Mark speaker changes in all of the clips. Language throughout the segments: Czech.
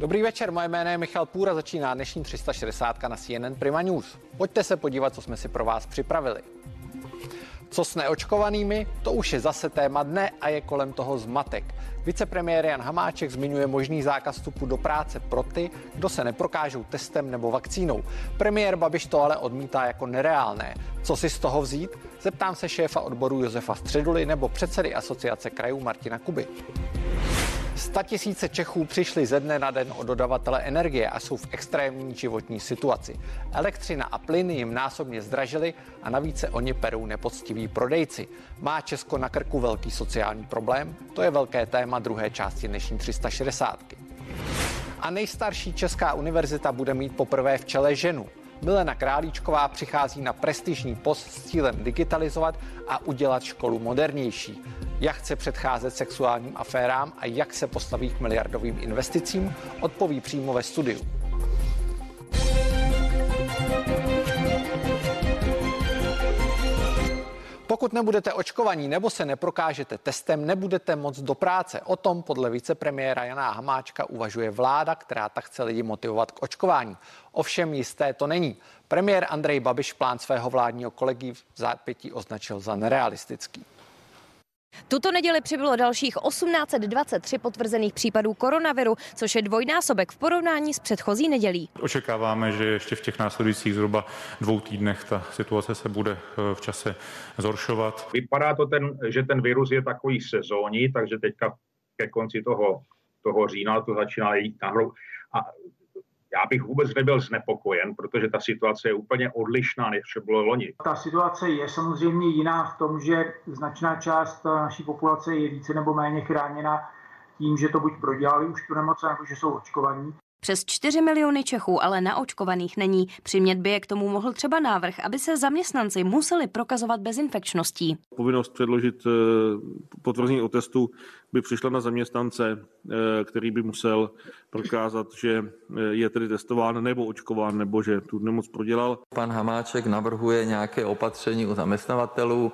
Speaker 1: Dobrý večer, moje jméno je Michal Půra, začíná dnešní 360 na CNN Prima News. Pojďte se podívat, co jsme si pro vás připravili. Co s neočkovanými? To už je zase téma dne a je kolem toho zmatek. Vicepremiér Jan Hamáček zmiňuje možný zákaz vstupu do práce pro ty, kdo se neprokážou testem nebo vakcínou. Premiér Babiš to ale odmítá jako nereálné. Co si z toho vzít? Zeptám se šéfa odboru Josefa Středuly nebo předsedy Asociace krajů Martina Kuby. 100 000 Čechů přišli ze dne na den o dodavatele energie a jsou v extrémní životní situaci. Elektřina a plyn jim násobně zdražily a navíc se o ně perou nepoctiví prodejci. Má Česko na krku velký sociální problém? To je velké téma druhé části dnešní 360. A nejstarší česká univerzita bude mít poprvé v čele ženu. Milena Králíčková přichází na prestižní post s cílem digitalizovat a udělat školu modernější. Jak chce předcházet sexuálním aférám a jak se postaví k miliardovým investicím, odpoví přímo ve studiu. Pokud nebudete očkovaní nebo se neprokážete testem, nebudete moct do práce. O tom podle vicepremiéra Jana Hamáčka uvažuje vláda, která tak chce lidi motivovat k očkování. Ovšem jisté to není. Premiér Andrej Babiš plán svého vládního kolegy v zápětí označil za nerealistický.
Speaker 2: Tuto neděli přibylo dalších 1823 potvrzených případů koronaviru, což je dvojnásobek v porovnání s předchozí nedělí.
Speaker 3: Očekáváme, že ještě v těch následujících zhruba 2 týdnech ta situace se bude v čase zhoršovat.
Speaker 4: Vypadá to, že ten virus je takový sezónní, takže teďka ke konci toho října to začíná jít nahoru. A já bych vůbec nebyl znepokojen, protože ta situace je úplně odlišná, než bylo loni.
Speaker 5: Ta situace je samozřejmě jiná v tom, že značná část naší populace je více nebo méně chráněna tím, že to buď prodělali už tu nemoc, nebo že jsou očkovaní.
Speaker 2: Přes 4 miliony Čechů ale naočkovaných není. Přimět by je k tomu mohl třeba návrh, aby se zaměstnanci museli prokazovat bezinfekčností.
Speaker 6: Povinnost předložit potvrzení o testu by přišla na zaměstnance, který by musel prokázat, že je tedy testován nebo očkován, nebo že tu nemoc prodělal.
Speaker 7: Pan Hamáček navrhuje nějaké opatření u zaměstnavatelů.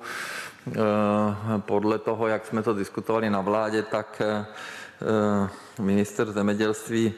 Speaker 7: Podle toho, jak jsme to diskutovali na vládě, tak ministr zemědělství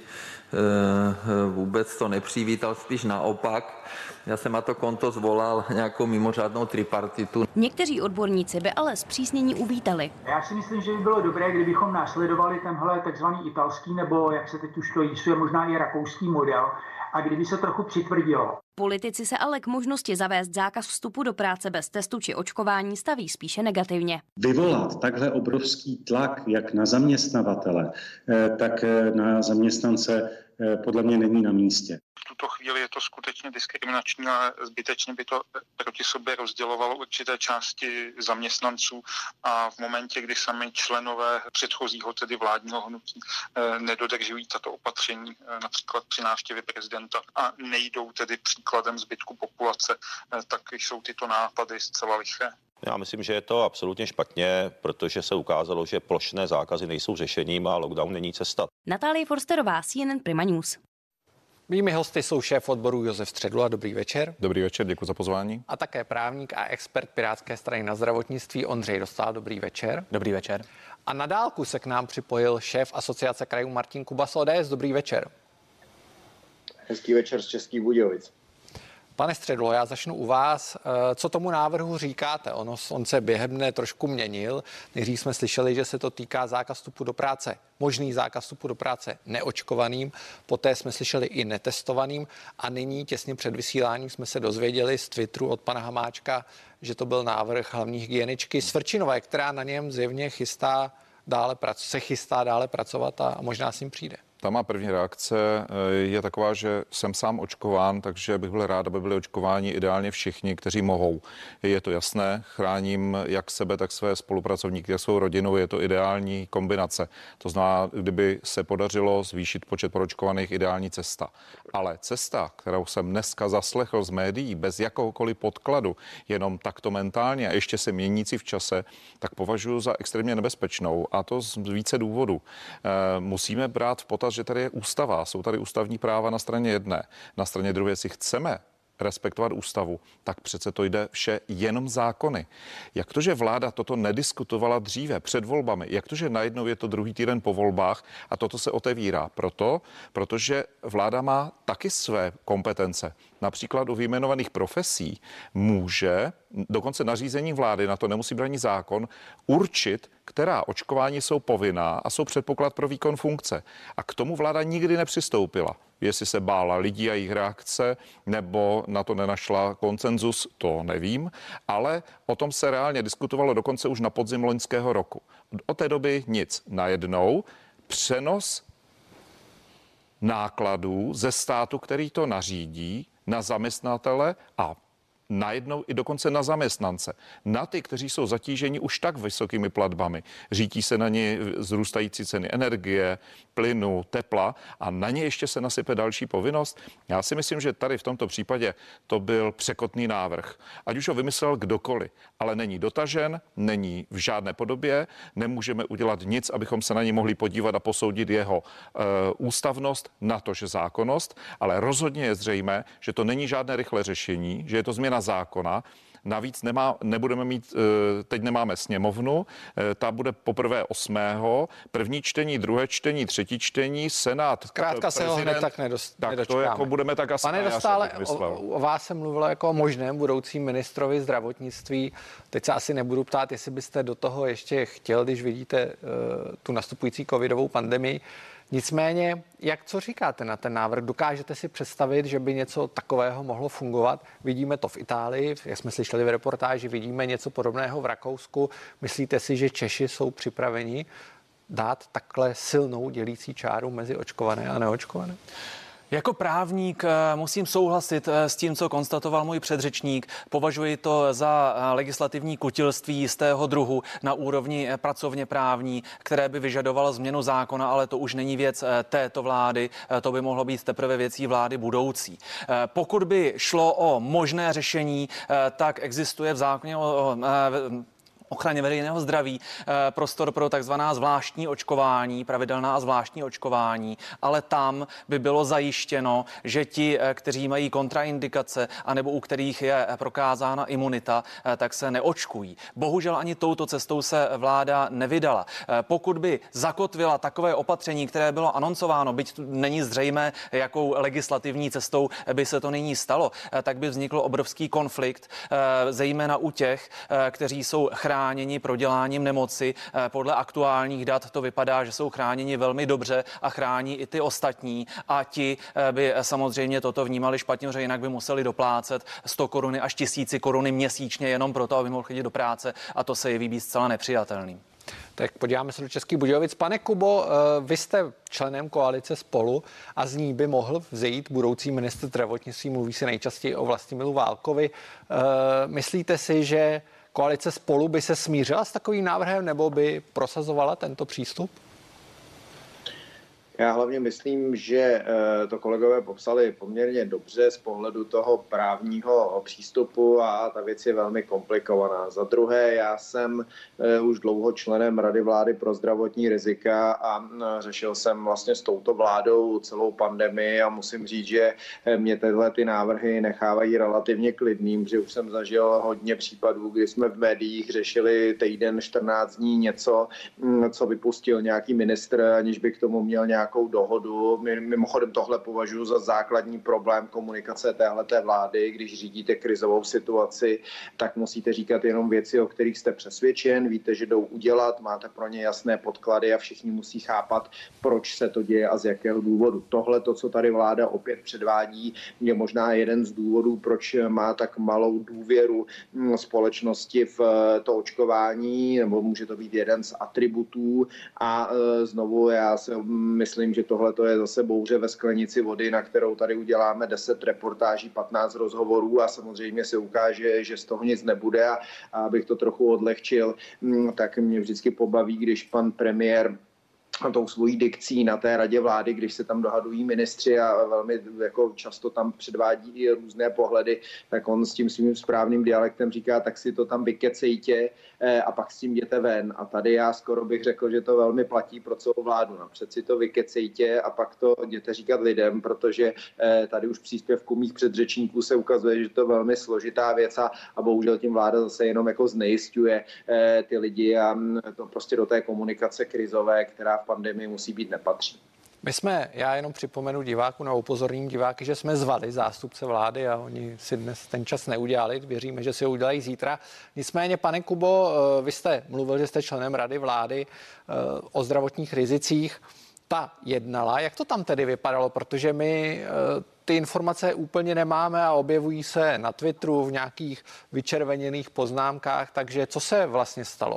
Speaker 7: vůbec to nepřivítal, spíš naopak. Já jsem na to konto zvolal nějakou mimořádnou tripartitu.
Speaker 2: Někteří odborníci by ale zpřísnění uvítali.
Speaker 5: Já si myslím, že by bylo dobré, kdybychom následovali tenhle takzvaný italský, nebo jak se teď už to je možná i rakouský model, a kdyby se trochu přitvrdilo.
Speaker 2: Politici se ale k možnosti zavést zákaz vstupu do práce bez testu či očkování staví spíše negativně.
Speaker 8: Vyvolat takhle obrovský tlak jak na zaměstnavatele, tak na zaměstnance podle mě není na místě.
Speaker 9: V tuto chvíli je to skutečně diskriminační a zbytečně by to proti sobě rozdělovalo určité části zaměstnanců a v momentě, kdy sami členové předchozího, tedy vládního hnutí, nedodržují tato opatření, například při návštěvě prezidenta a nejdou tedy příkladem zbytku populace, tak jsou tyto nápady zcela liché.
Speaker 10: Já myslím, že je to absolutně špatně, protože se ukázalo, že plošné zákazy nejsou řešením a lockdown není cesta.
Speaker 2: Natálie Forsterová, CNN Prima News.
Speaker 1: Mými hosty jsou šéf odboru Josef Středula. Dobrý večer.
Speaker 3: Dobrý večer, děkuji za pozvání.
Speaker 1: A také právník a expert Pirátské strany na zdravotnictví Ondřej Dostál. Dobrý večer.
Speaker 11: Dobrý večer.
Speaker 1: A na dálku se k nám připojil šéf Asociace krajů Martin Kuba z ODS. Dobrý večer.
Speaker 12: Hezký večer z Českých Budějovic.
Speaker 1: Pane Středulo, já začnu u vás. Co tomu návrhu říkáte? On se během dne trošku měnil. Nejdřív jsme slyšeli, že se to týká zákaz vstupu do práce, možný zákaz vstupu do práce neočkovaným, poté jsme slyšeli i netestovaným a nyní těsně před vysíláním jsme se dozvěděli z Twitteru od pana Hamáčka, že to byl návrh hlavní hygieničky Svrčinové, která na něm zjevně chystá dále pracovat a možná s ním přijde.
Speaker 3: Ta má první reakce je taková, že jsem sám očkován, takže bych byl rád, aby byli očkováni ideálně všichni, kteří mohou. Je to jasné, chráním jak sebe, tak své spolupracovníky, jak svou rodinu, je to ideální kombinace. To znamená, kdyby se podařilo zvýšit počet proočkovaných, ideální cesta. Ale cesta, kterou jsem dneska zaslechl z médií, bez jakoukoliv podkladu, jenom takto mentálně a ještě se měnící v čase, tak považuji za extrémně nebezpečnou a to z více důvodů. Musíme brát v potaz, že tady je ústava, jsou tady ústavní práva na straně jedné. Na straně druhé, si chceme respektovat ústavu, tak přece to jde vše jenom zákony. Jak to, že vláda toto nediskutovala dříve před volbami? Jak to, že najednou je to druhý týden po volbách a toto se otevírá? Protože vláda má taky své kompetence. Například u vyjmenovaných profesí může dokonce nařízení vlády, na to nemusí být ani zákon, určit, která očkování jsou povinná a jsou předpoklad pro výkon funkce. A k tomu vláda nikdy nepřistoupila. Jestli se bála lidí a jejich reakce, nebo na to nenašla konsenzus, to nevím, ale o tom se reálně diskutovalo dokonce už na podzim loňského roku. Od té doby nic. Najednou přenos nákladů ze státu, který to nařídí, na zaměstnatele a najednou i dokonce na zaměstnance. Na ty, kteří jsou zatíženi už tak vysokými platbami. Řítí se na ně zrůstající ceny energie, plynu, tepla a na ně ještě se nasype další povinnost. Já si myslím, že tady v tomto případě to byl překotný návrh. Ať už ho vymyslel kdokoliv, ale není dotažen, není v žádné podobě, nemůžeme udělat nic, abychom se na něj mohli podívat a posoudit jeho ústavnost, natož zákonnost, ale rozhodně je zřejmé, že to není žádné rychlé řešení, že je to změna zákona. Navíc nebudeme mít, teď nemáme sněmovnu, ta bude poprvé 8. První čtení, druhé čtení, třetí čtení, senát.
Speaker 1: Zkrátka se ho hned tak
Speaker 3: Tak to jako budeme tak asi.
Speaker 1: Pane Dostále, o vás se mluvilo jako o možném budoucím ministrovi zdravotnictví. Teď se asi nebudu ptát, jestli byste do toho ještě chtěl, když vidíte tu nastupující covidovou pandemii. Nicméně, co říkáte na ten návrh? Dokážete si představit, že by něco takového mohlo fungovat? Vidíme to v Itálii, jak jsme slyšeli v reportáži, vidíme něco podobného v Rakousku. Myslíte si, že Češi jsou připraveni dát takhle silnou dělící čáru mezi očkované a neočkované?
Speaker 11: Jako právník musím souhlasit s tím, co konstatoval můj předřečník. Považuji to za legislativní kutilství jistého druhu na úrovni pracovně právní, které by vyžadovalo změnu zákona, ale to už není věc této vlády, to by mohlo být teprve věcí vlády budoucí. Pokud by šlo o možné řešení, tak existuje v zákoně o ochraně veřejného zdraví prostor pro takzvaná zvláštní očkování, pravidelná a zvláštní očkování, ale tam by bylo zajištěno, že ti, kteří mají kontraindikace anebo u kterých je prokázána imunita, tak se neočkují. Bohužel ani touto cestou se vláda nevydala. Pokud by zakotvila takové opatření, které bylo anoncováno, byť není zřejmé, jakou legislativní cestou by se to nyní stalo, tak by vznikl obrovský konflikt, zejména u těch, kteří jsou chráněni proděláním nemoci. Podle aktuálních dat to vypadá, že jsou chráněni velmi dobře a chrání i ty ostatní a ti by samozřejmě toto vnímali špatně, že jinak by museli doplácet 100 koruny až 1000 koruny měsíčně jenom proto, aby mohl chodit do práce a to se jeví být zcela nepřijatelným.
Speaker 1: Tak podíváme se do Českých Budějovic. Pane Kubo, vy jste členem koalice Spolu a z ní by mohl vzejít budoucí ministr zdravotnictví, mluví se nejčastěji o Vlastimilu Válkovi. Myslíte si, že koalice Spolu by se smířila s takovým návrhem nebo by prosazovala tento přístup?
Speaker 12: Já hlavně myslím, že to kolegové popsali poměrně dobře z pohledu toho právního přístupu a ta věc je velmi komplikovaná. Za druhé, já jsem už dlouho členem Rady vlády pro zdravotní rizika a řešil jsem vlastně s touto vládou celou pandemii a musím říct, že mě tyhle ty návrhy nechávají relativně klidným, protože už jsem zažil hodně případů, kdy jsme v médiích řešili týden, 14 dní něco, co vypustil nějaký ministr, aniž by k tomu měl nějakou dohodu. Mimochodem tohle považuji za základní problém komunikace téhleté vlády. Když řídíte krizovou situaci, tak musíte říkat jenom věci, o kterých jste přesvědčen, víte, že jdou udělat, máte pro ně jasné podklady a všichni musí chápat, proč se to děje a z jakého důvodu. Tohle, to, co tady vláda opět předvádí, je možná jeden z důvodů, proč má tak malou důvěru společnosti v to očkování, nebo může to být jeden z atributů. A znovu já si myslím, že tohle je zase bouře ve sklenici vody, na kterou tady uděláme 10 reportáží, 15 rozhovorů a samozřejmě se ukáže, že z toho nic nebude a abych to trochu odlehčil, tak mě vždycky pobaví, když pan premiér tou svojí dikcí na té radě vlády, když se tam dohadují ministři a velmi jako často tam předvádí i různé pohledy, tak on s tím svým správným dialektem říká, tak si to tam vykecejte a pak s tím jděte ven. A tady já skoro bych řekl, že to velmi platí pro celou vládu. Napřed si to vykecejte a pak to jděte říkat lidem, protože tady už příspěvku mých předřečníků se ukazuje, že to je velmi složitá věc a bohužel tím vláda zase jenom jako znejisťuje ty lidi a to prostě do té komunikace krizové, která v pandemii musí být, nepatří.
Speaker 1: Já jenom připomenu diváku, na upozorním diváky, že jsme zvali zástupce vlády a oni si dnes ten čas neudělali. Věříme, že si ho udělají zítra. Nicméně, pane Kubo, vy jste mluvil, že jste členem Rady vlády o zdravotních rizicích. Ta jednala. Jak to tam tedy vypadalo? Protože my ty informace úplně nemáme a objevují se na Twitteru v nějakých vyčerveněných poznámkách. Takže co se vlastně stalo?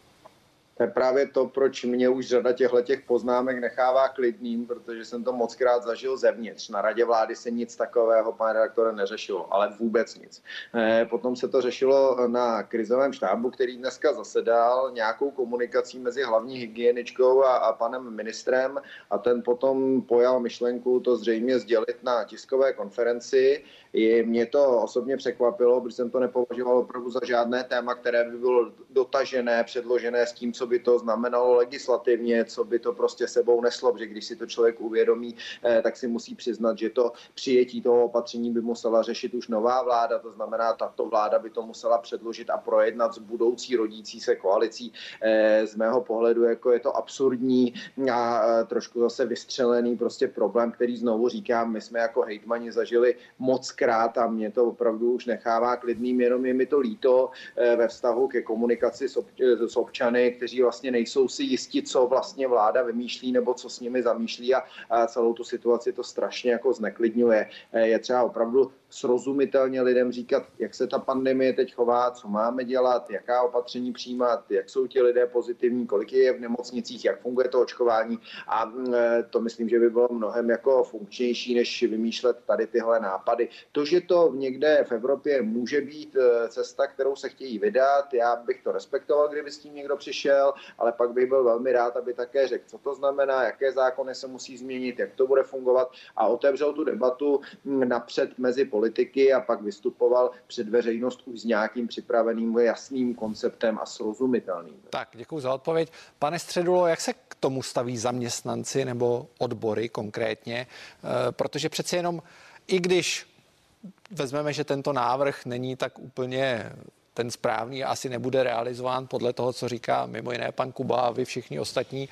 Speaker 12: To je právě to, proč mě už řada těch poznámek nechává klidným, protože jsem to mockrát zažil zevnitř. Na radě vlády se nic takového, pane redaktore, neřešilo, ale vůbec nic. Potom se to řešilo na krizovém štábu, který dneska zasedal nějakou komunikací mezi hlavní hygieničkou a panem ministrem a ten potom pojal myšlenku to zřejmě sdělit na tiskové konferenci. Mě to osobně překvapilo, protože jsem to nepovažoval opravdu za žádné téma, které by bylo dotažené, předložené s tím, co by to znamenalo legislativně, co by to prostě sebou neslo, protože když si to člověk uvědomí, tak si musí přiznat, že to přijetí toho opatření by musela řešit už nová vláda, to znamená, tato vláda by to musela předložit a projednat s budoucí rodící se koalicí. Z mého pohledu jako je to absurdní a trošku zase vystřelený prostě problém, který znovu říkám, my jsme jako hejtmani zažili mockrát a mě to opravdu už nechává klidným, jenom je mi to líto ve vztahu ke komunikaci s občany, kteří vlastně nejsou si jisti, co vlastně vláda vymýšlí nebo co s nimi zamýšlí a celou tu situaci to strašně jako zneklidňuje. Je třeba opravdu srozumitelně lidem říkat, jak se ta pandemie teď chová, co máme dělat, jaká opatření přijímat, jak jsou ti lidé pozitivní, kolik je v nemocnicích, jak funguje to očkování a to myslím, že by bylo mnohem jako funkčnější, než vymýšlet tady tyhle nápady. To, že to někde v Evropě může být cesta, kterou se chtějí vydat, já bych to respektoval, kdyby s tím někdo přišel, ale pak bych byl velmi rád, aby také řekl, co to znamená, jaké zákony se musí změnit, jak to bude fungovat a otevřel tu debatu napřed mezi politiky a pak vystupoval před veřejnost už s nějakým připraveným jasným konceptem a srozumitelným.
Speaker 1: Tak, děkuji za odpověď. Pane Středulo, jak se k tomu staví zaměstnanci nebo odbory konkrétně? Protože přeci jenom, i když vezmeme, že tento návrh není tak úplně ten správný a asi nebude realizován podle toho, co říká mimo jiné pan Kuba a vy všichni ostatní.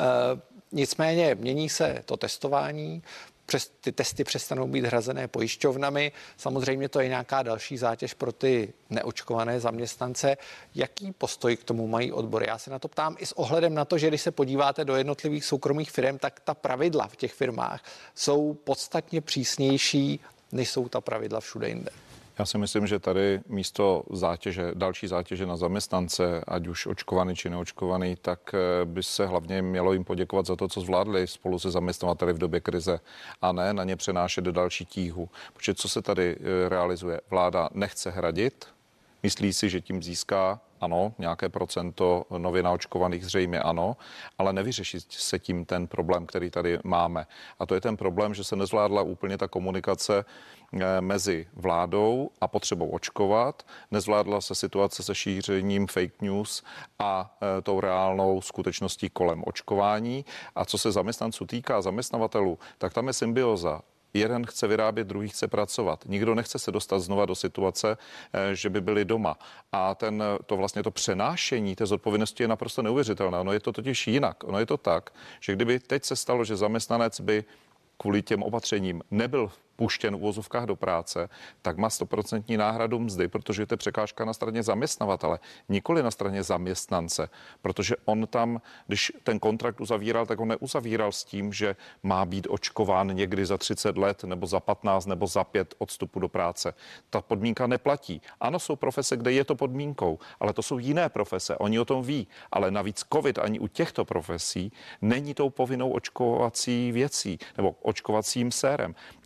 Speaker 1: Nicméně mění se to testování, ty testy přestanou být hrazené pojišťovnami. Samozřejmě to je nějaká další zátěž pro ty neočkované zaměstnance. Jaký postoj k tomu mají odbory? Já se na to ptám i s ohledem na to, že když se podíváte do jednotlivých soukromých firm, tak ta pravidla v těch firmách jsou podstatně přísnější, než jsou ta pravidla všude jinde.
Speaker 3: Já si myslím, že tady místo další zátěže na zaměstnance, ať už očkovaný či neočkovaný, tak by se hlavně mělo jim poděkovat za to, co zvládli spolu se zaměstnavateli v době krize a ne na ně přenášet do další tíhu. Protože co se tady realizuje? Vláda nechce hradit, myslí si, že tím získá, ano, nějaké procento nově naočkovaných zřejmě ano, ale nevyřeší se tím ten problém, který tady máme. A to je ten problém, že se nezvládla úplně ta komunikace mezi vládou a potřebou očkovat. Nezvládla se situace se šířením fake news a tou reálnou skutečností kolem očkování. A co se zaměstnanců týká, zaměstnavatelů, tak tam je symbioza. Jeden chce vyrábět, druhý chce pracovat. Nikdo nechce se dostat znova do situace, že by byli doma. A to přenášení té zodpovědnosti je naprosto neuvěřitelné. Ono je to totiž jinak. Ono je to tak, že kdyby teď se stalo, že zaměstnanec by kvůli těm opatřením nebyl puštěn v uvozovkách do práce, tak má 100% náhradu mzdy, protože to je překážka na straně zaměstnavatele, nikoli na straně zaměstnance, protože on tam, když ten kontrakt uzavíral, tak ho neuzavíral s tím, že má být očkován někdy za 30 let nebo za 15 nebo za 5 odstupu do práce. Ta podmínka neplatí. Ano, jsou profese, kde je to podmínkou, ale to jsou jiné profese, oni o tom ví, ale navíc covid ani u těchto profesí není tou povinnou očkovací věcí nebo očkovacím sérem. Takže v tom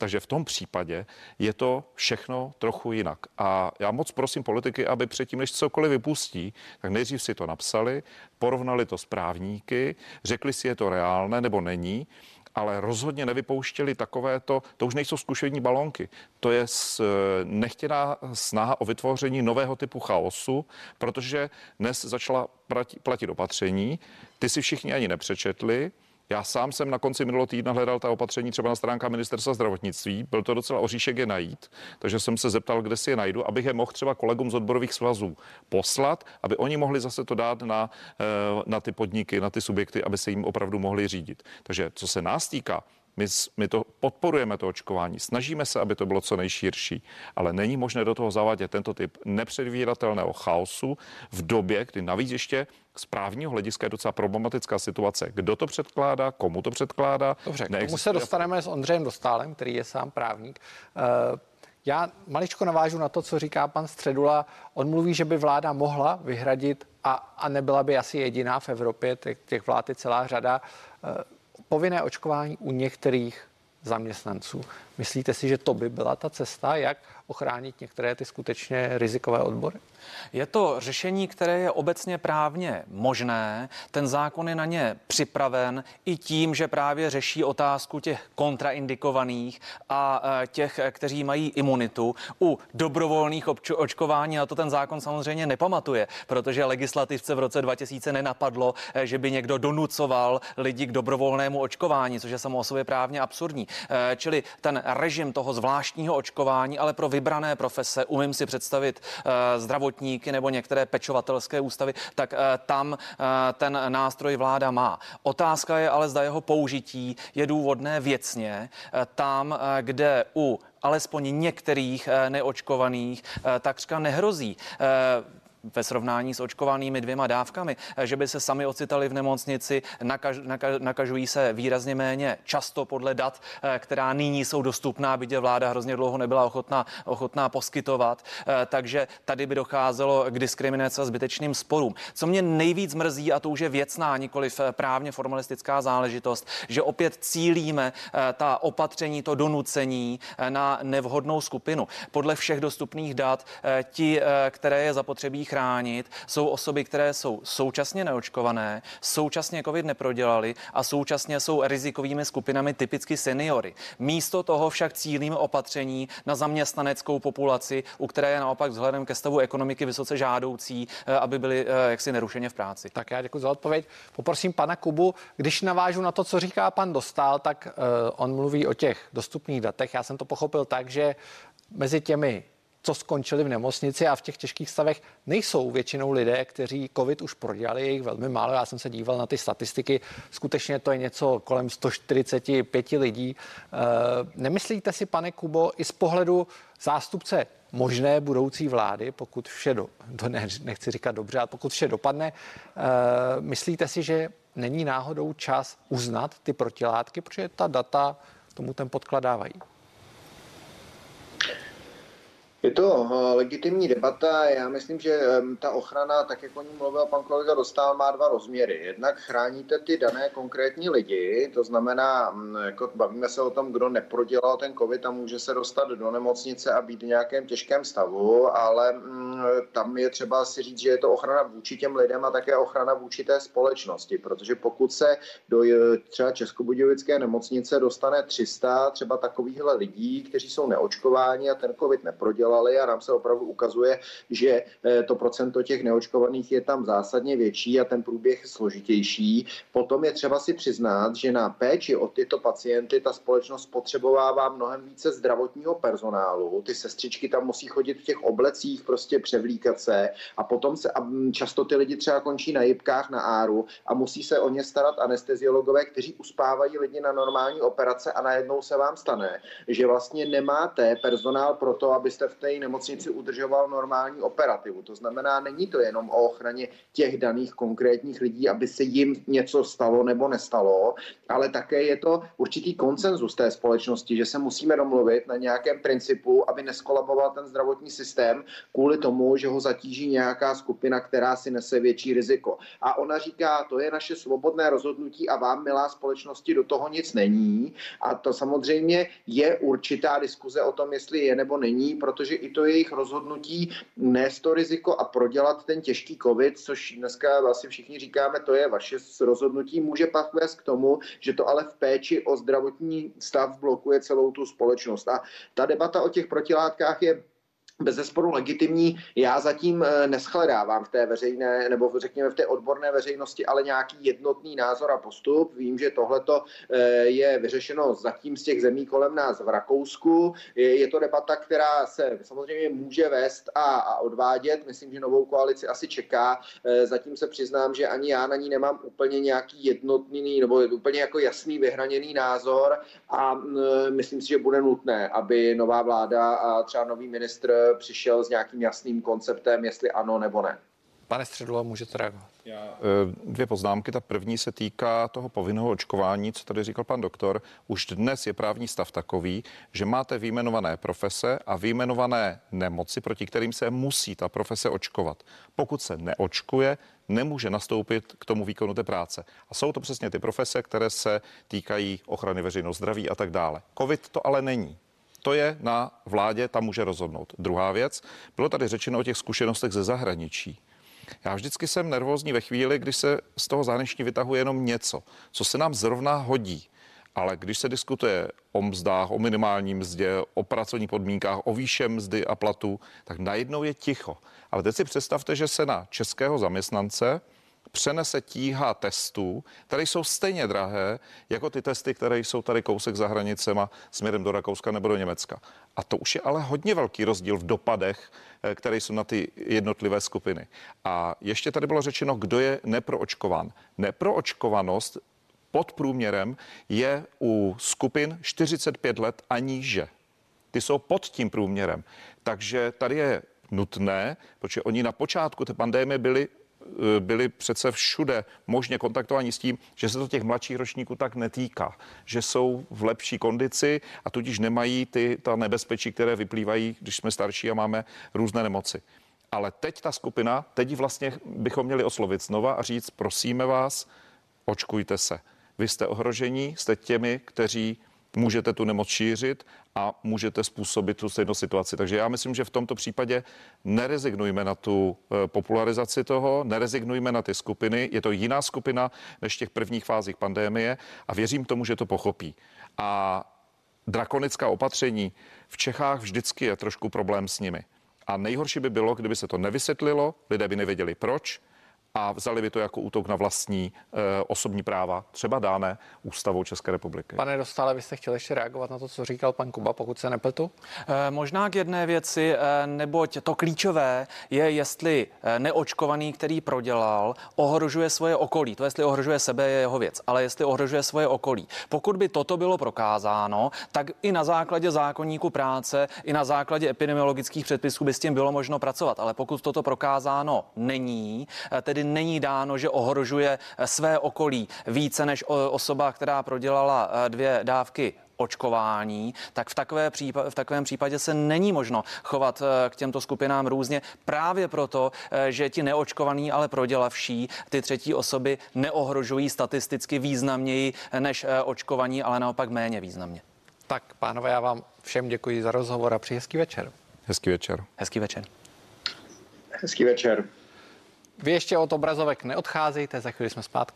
Speaker 3: tom případě je to všechno trochu jinak. A já moc prosím politiky, aby předtím, než cokoliv vypustí, tak nejdřív si to napsali, porovnali to s právníky, řekli si, je to reálné nebo není, ale rozhodně nevypouštěli takovéto, to už nejsou zkušební balónky, to je nechtěná snaha o vytvoření nového typu chaosu, protože dnes začala platit opatření, ty si všichni ani nepřečetli. Já sám jsem na konci minulého týdne hledal ta opatření třeba na stránkách Ministerstva zdravotnictví. Byl to docela oříšek je najít, takže jsem se zeptal, kde si je najdu, abych je mohl třeba kolegům z odborových svazů poslat, aby oni mohli zase to dát na ty podniky, na ty subjekty, aby se jim opravdu mohli řídit. Takže co se nás týká, my to podporujeme, to očkování, snažíme se, aby to bylo co nejširší, ale není možné do toho zavádět tento typ nepředvídatelného chaosu v době, kdy navíc ještě z právního hlediska je docela problematická situace. Kdo to předkládá, komu to předkládá?
Speaker 1: Dobře, k tomu se dostaneme s Ondřejem Dostálem, který je sám právník. Já maličko navážu na to, co říká pan Středula. On mluví, že by vláda mohla vyhradit, a nebyla by asi jediná v Evropě, těch vlád je celá řada, povinné očkování u některých zaměstnanců. Myslíte si, že to by byla ta cesta, jak ochránit některé ty skutečně rizikové odbory?
Speaker 11: Je to řešení, které je obecně právně možné. Ten zákon je na ně připraven i tím, že právě řeší otázku těch kontraindikovaných a těch, kteří mají imunitu. U dobrovolných očkování na to ten zákon samozřejmě nepamatuje, protože legislativce v roce 2000 nenapadlo, že by někdo donucoval lidi k dobrovolnému očkování, což je samo o sobě právně absurdní. Čili ten režim toho zvláštního očkování, ale pro vybrané profese, umím si představit zdravotníky nebo některé pečovatelské ústavy, tak tam ten nástroj vláda má. Otázka je ale, zda jeho použití je důvodné věcně tam, kde u alespoň některých neočkovaných takřka nehrozí ve srovnání s očkovanými 2 dávkami, že by se sami ocitali v nemocnici, nakažují se výrazně méně často podle dat, která nyní jsou dostupná, byť vláda hrozně dlouho nebyla ochotná poskytovat, takže tady by docházelo k diskriminaci a zbytečným sporům. Co mě nejvíc mrzí, a to už je věcná, nikoliv právně formalistická záležitost, že opět cílíme ta opatření, to donucení na nevhodnou skupinu. Podle všech dostupných dat ti, které je zapotřebí chránit, jsou osoby, které jsou současně neočkované, současně covid neprodělali a současně jsou rizikovými skupinami, typicky seniory. Místo toho však cílíme opatření na zaměstnaneckou populaci, u které je naopak vzhledem ke stavu ekonomiky vysoce žádoucí, aby byly jaksi nerušeně v práci.
Speaker 1: Tak já děkuji za odpověď. Poprosím pana Kubu, když navážu na to, co říká pan Dostál, tak on mluví o těch dostupných datech. Já jsem to pochopil tak, že mezi těmi, co skončili v nemocnici a v těch těžkých stavech, nejsou většinou lidé, kteří covid už prodělali, je jich velmi málo. Já jsem se díval na ty statistiky, skutečně to je něco kolem 145 lidí. Nemyslíte si, pane Kubo, i z pohledu zástupce možné budoucí vlády, pokud vše nechci říkat dobře, ale pokud vše dopadne, myslíte si, že není náhodou čas uznat ty protilátky, protože ta data tomu ten podklad dávají?
Speaker 12: Je to legitimní debata. Já myslím, že ta ochrana, tak jak o ní mluvil pan kolega Dostál, má 2 rozměry. Jednak chráníte ty dané konkrétní lidi, to znamená, jako bavíme se o tom, kdo neprodělal ten covid a může se dostat do nemocnice a být v nějakém těžkém stavu, ale tam je třeba si říct, že je to ochrana vůči těm lidem a také ochrana vůči té společnosti, protože pokud se do třeba českobudějovické nemocnice dostane 300 třeba takovýchhle lidí, kteří jsou neočkováni a ten covid neprodělal, a nám se opravdu ukazuje, že to procento těch neočkovaných je tam zásadně větší a ten průběh složitější. Potom je třeba si přiznat, že na péči o tyto pacienty ta společnost potřebovává mnohem více zdravotního personálu. Ty sestřičky tam musí chodit v těch oblecích, prostě převlíkat se a potom často ty lidi třeba končí na jipkách, na áru a musí se o ně starat anesteziologové, kteří uspávají lidi na normální operace a najednou se vám stane, že vlastně nemáte personál pro to, abyste v té nemocnici udržoval normální operativu. To znamená, není to jenom o ochraně těch daných konkrétních lidí, aby se jim něco stalo nebo nestalo, ale také je to určitý konsenzus té společnosti, že se musíme domluvit na nějakém principu, aby neskolaboval ten zdravotní systém kvůli tomu, že ho zatíží nějaká skupina, která si nese větší riziko. A ona říká, to je naše svobodné rozhodnutí a vám, milá společnosti, do toho nic není. A to samozřejmě je určitá diskuze o tom, jestli je nebo není, protože i to jejich rozhodnutí nést to riziko a prodělat ten těžký covid, což dneska vlastně všichni říkáme, to je vaše rozhodnutí, může pak vést k tomu, že to ale v péči o zdravotní stav blokuje celou tu společnost. A ta debata o těch protilátkách je bezesporu legitimní. Já zatím neschledávám v té veřejné, nebo řekněme v té odborné veřejnosti, ale nějaký jednotný názor a postup. Vím, že tohleto je vyřešeno zatím z těch zemí kolem nás v Rakousku. Je to debata, která se samozřejmě může vést a odvádět. Myslím, že novou koalici asi čeká. Zatím se přiznám, že ani já na ní nemám úplně nějaký jednotný nebo úplně jako jasný vyhraněný názor a myslím si, že bude nutné, aby nová vláda a třeba nový ministr přišel s nějakým jasným konceptem, jestli ano nebo ne.
Speaker 1: Pane Středula, můžete reagovat?
Speaker 3: Dvě poznámky. Ta první se týká toho povinného očkování, co tady říkal pan doktor. Už dnes je právní stav takový, že máte vyjmenované profese a vyjmenované nemoci, proti kterým se musí ta profese očkovat. Pokud se neočkuje, nemůže nastoupit k tomu výkonu té práce. A jsou to přesně ty profese, které se týkají ochrany veřejného zdraví a tak dále. Covid to ale není. To je na vládě, tam může rozhodnout. Druhá věc, bylo tady řečeno o těch zkušenostech ze zahraničí. Já vždycky jsem nervózní ve chvíli, když se z toho zahraničí vytahuje jenom něco, co se nám zrovna hodí. Ale když se diskutuje o mzdách, o minimální mzdě, o pracovních podmínkách, o výše mzdy a platů, tak najednou je ticho. Ale teď si představte, že se na českého zaměstnance přenese tíha testů, které jsou stejně drahé jako ty testy, které jsou tady kousek za hranicema směrem do Rakouska nebo do Německa. A to už je ale hodně velký rozdíl v dopadech, které jsou na ty jednotlivé skupiny. A ještě tady bylo řečeno, kdo je neproočkován. Neproočkovanost pod průměrem je u skupin 45 let a níže. Ty jsou pod tím průměrem. Takže tady je nutné, protože oni na počátku té pandemie byli přece všude možně kontaktovaní s tím, že se to těch mladších ročníků tak netýká, že jsou v lepší kondici a tudíž nemají ta nebezpečí, které vyplývají, když jsme starší a máme různé nemoci. Ale teď ta skupina, teď vlastně bychom měli oslovit znova a říct, prosíme vás, očkujte se. Vy jste ohrožení, jste těmi, kteří můžete tu nemoc šířit a můžete způsobit tu stejnou situaci. Takže já myslím, že v tomto případě nerezignujme na tu popularizaci toho, nerezignujme na ty skupiny. Je to jiná skupina než v těch prvních fázích pandemie a věřím tomu, že to pochopí. A drakonická opatření v Čechách vždycky je trošku problém s nimi. A nejhorší by bylo, kdyby se to nevysvětlilo, lidé by nevěděli proč, a vzali by to jako útok na vlastní osobní práva, třeba dáné ústavou České republiky.
Speaker 1: Pane Dostále, vy jste chtěl ještě reagovat na to, co říkal pan Kuba, pokud se nepletu?
Speaker 11: Možná k jedné věci, neboť to klíčové je, jestli neočkovaný, který prodělal, ohrožuje svoje okolí. To, jestli ohrožuje sebe, je jeho věc, ale jestli ohrožuje svoje okolí. Pokud by toto bylo prokázáno, tak i na základě zákoníku práce, i na základě epidemiologických předpisů by s tím bylo možno pracovat. Ale pokud toto prokázáno není, tedy není dáno, že ohrožuje své okolí více než osoba, která prodělala 2 dávky očkování, tak v takovém případě se není možno chovat k těmto skupinám různě právě proto, že ti neočkovaní, ale prodělavší, ty třetí osoby neohrožují statisticky významněji než očkovaní, ale naopak méně významně.
Speaker 1: Tak, pánové, já vám všem děkuji za rozhovor a přeji hezký večer.
Speaker 3: Hezký večer.
Speaker 11: Hezký večer.
Speaker 12: Hezký večer.
Speaker 1: Vy ještě od obrazovek neodcházejte, za chvíli jsme zpátky.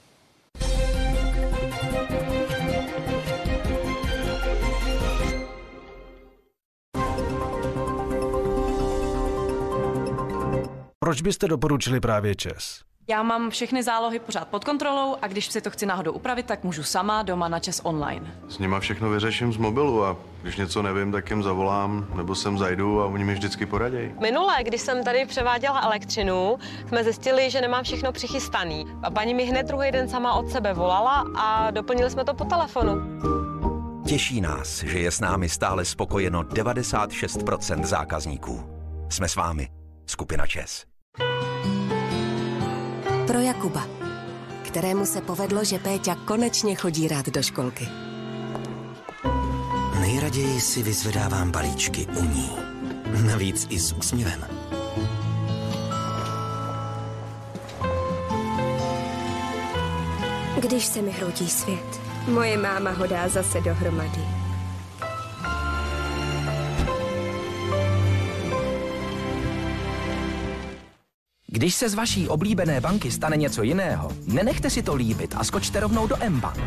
Speaker 13: Proč byste doporučili právě ČEZ?
Speaker 14: Já mám všechny zálohy pořád pod kontrolou a když si to chci náhodou upravit, tak můžu sama doma na ČEZ online.
Speaker 15: S nima všechno vyřeším z mobilu a když něco nevím, tak jim zavolám nebo sem zajdu a oni mi vždycky poradějí.
Speaker 16: Minule, když jsem tady převáděla elektřinu, jsme zjistili, že nemám všechno přichystaný. A paní mi hned druhý den sama od sebe volala a doplnili jsme to po telefonu.
Speaker 17: Těší nás, že je s námi stále spokojeno 96% zákazníků. Jsme s vámi. Skupina ČEZ.
Speaker 18: Pro Jakuba, kterému se povedlo, že Péťa konečně chodí rád do školky.
Speaker 19: Nejraději si vyzvedávám balíčky u ní. Navíc i s úsměvem.
Speaker 20: Když se mi hroutí svět, moje máma ho dá zase dohromady.
Speaker 21: Když se z vaší oblíbené banky stane něco jiného, nenechte si to líbit a skočte rovnou do mBank.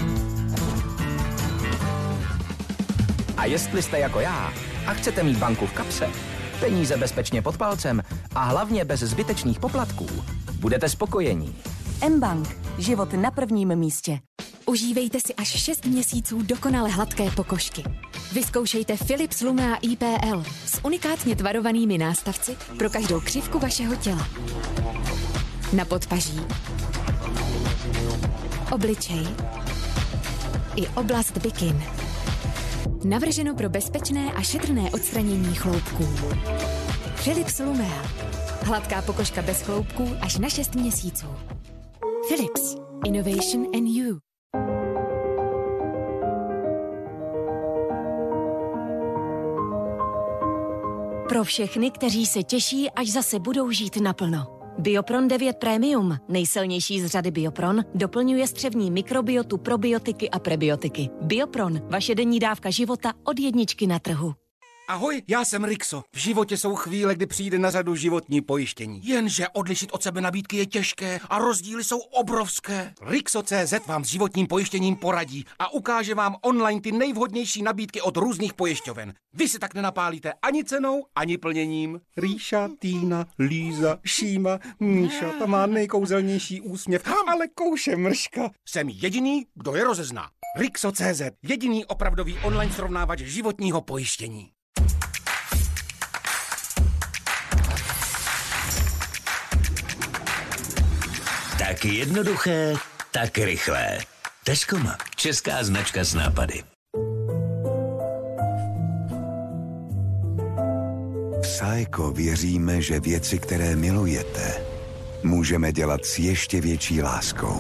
Speaker 21: A jestli jste jako já a chcete mít banku v kapse, peníze bezpečně pod palcem a hlavně bez zbytečných poplatků, budete spokojení.
Speaker 18: mBank. Život na prvním místě.
Speaker 22: Užívejte si až 6 měsíců dokonale hladké pokožky. Vyzkoušejte Philips Lumea IPL s unikátně tvarovanými nástavci pro každou křivku vašeho těla. Na podpaží, obličej i oblast bikin. Navrženo pro bezpečné a šetrné odstranění chloupků. Philips Lumea. Hladká pokožka bez chloupků až na 6 měsíců. Philips. Innovation and you.
Speaker 2: Pro všechny, kteří se těší, až zase budou žít naplno. Biopron 9 Premium, nejsilnější z řady Biopron, doplňuje střevní mikrobiotu, probiotiky a prebiotiky. Biopron, vaše denní dávka života od jedničky na trhu.
Speaker 23: Ahoj, já jsem Rixo. V životě jsou chvíle, kdy přijde na řadu životní pojištění. Jenže odlišit od sebe nabídky je těžké a rozdíly jsou obrovské. Rixo.cz vám s životním pojištěním poradí a ukáže vám online ty nejvhodnější nabídky od různých pojišťoven. Vy se tak nenapálíte ani cenou, ani plněním. Ríša, Týna, Líza, Šíma, Míša, ta má nejkouzelnější úsměv, ale kouše mrška. Jsem jediný, kdo je rozezná. Rixo.cz, jediný opravdový online srovnávač životního pojištění.
Speaker 19: Tak jednoduché, tak rychlé. Tescoma, česká značka s nápady.
Speaker 24: V Saeco věříme, že věci, které milujete, můžeme dělat s ještě větší láskou.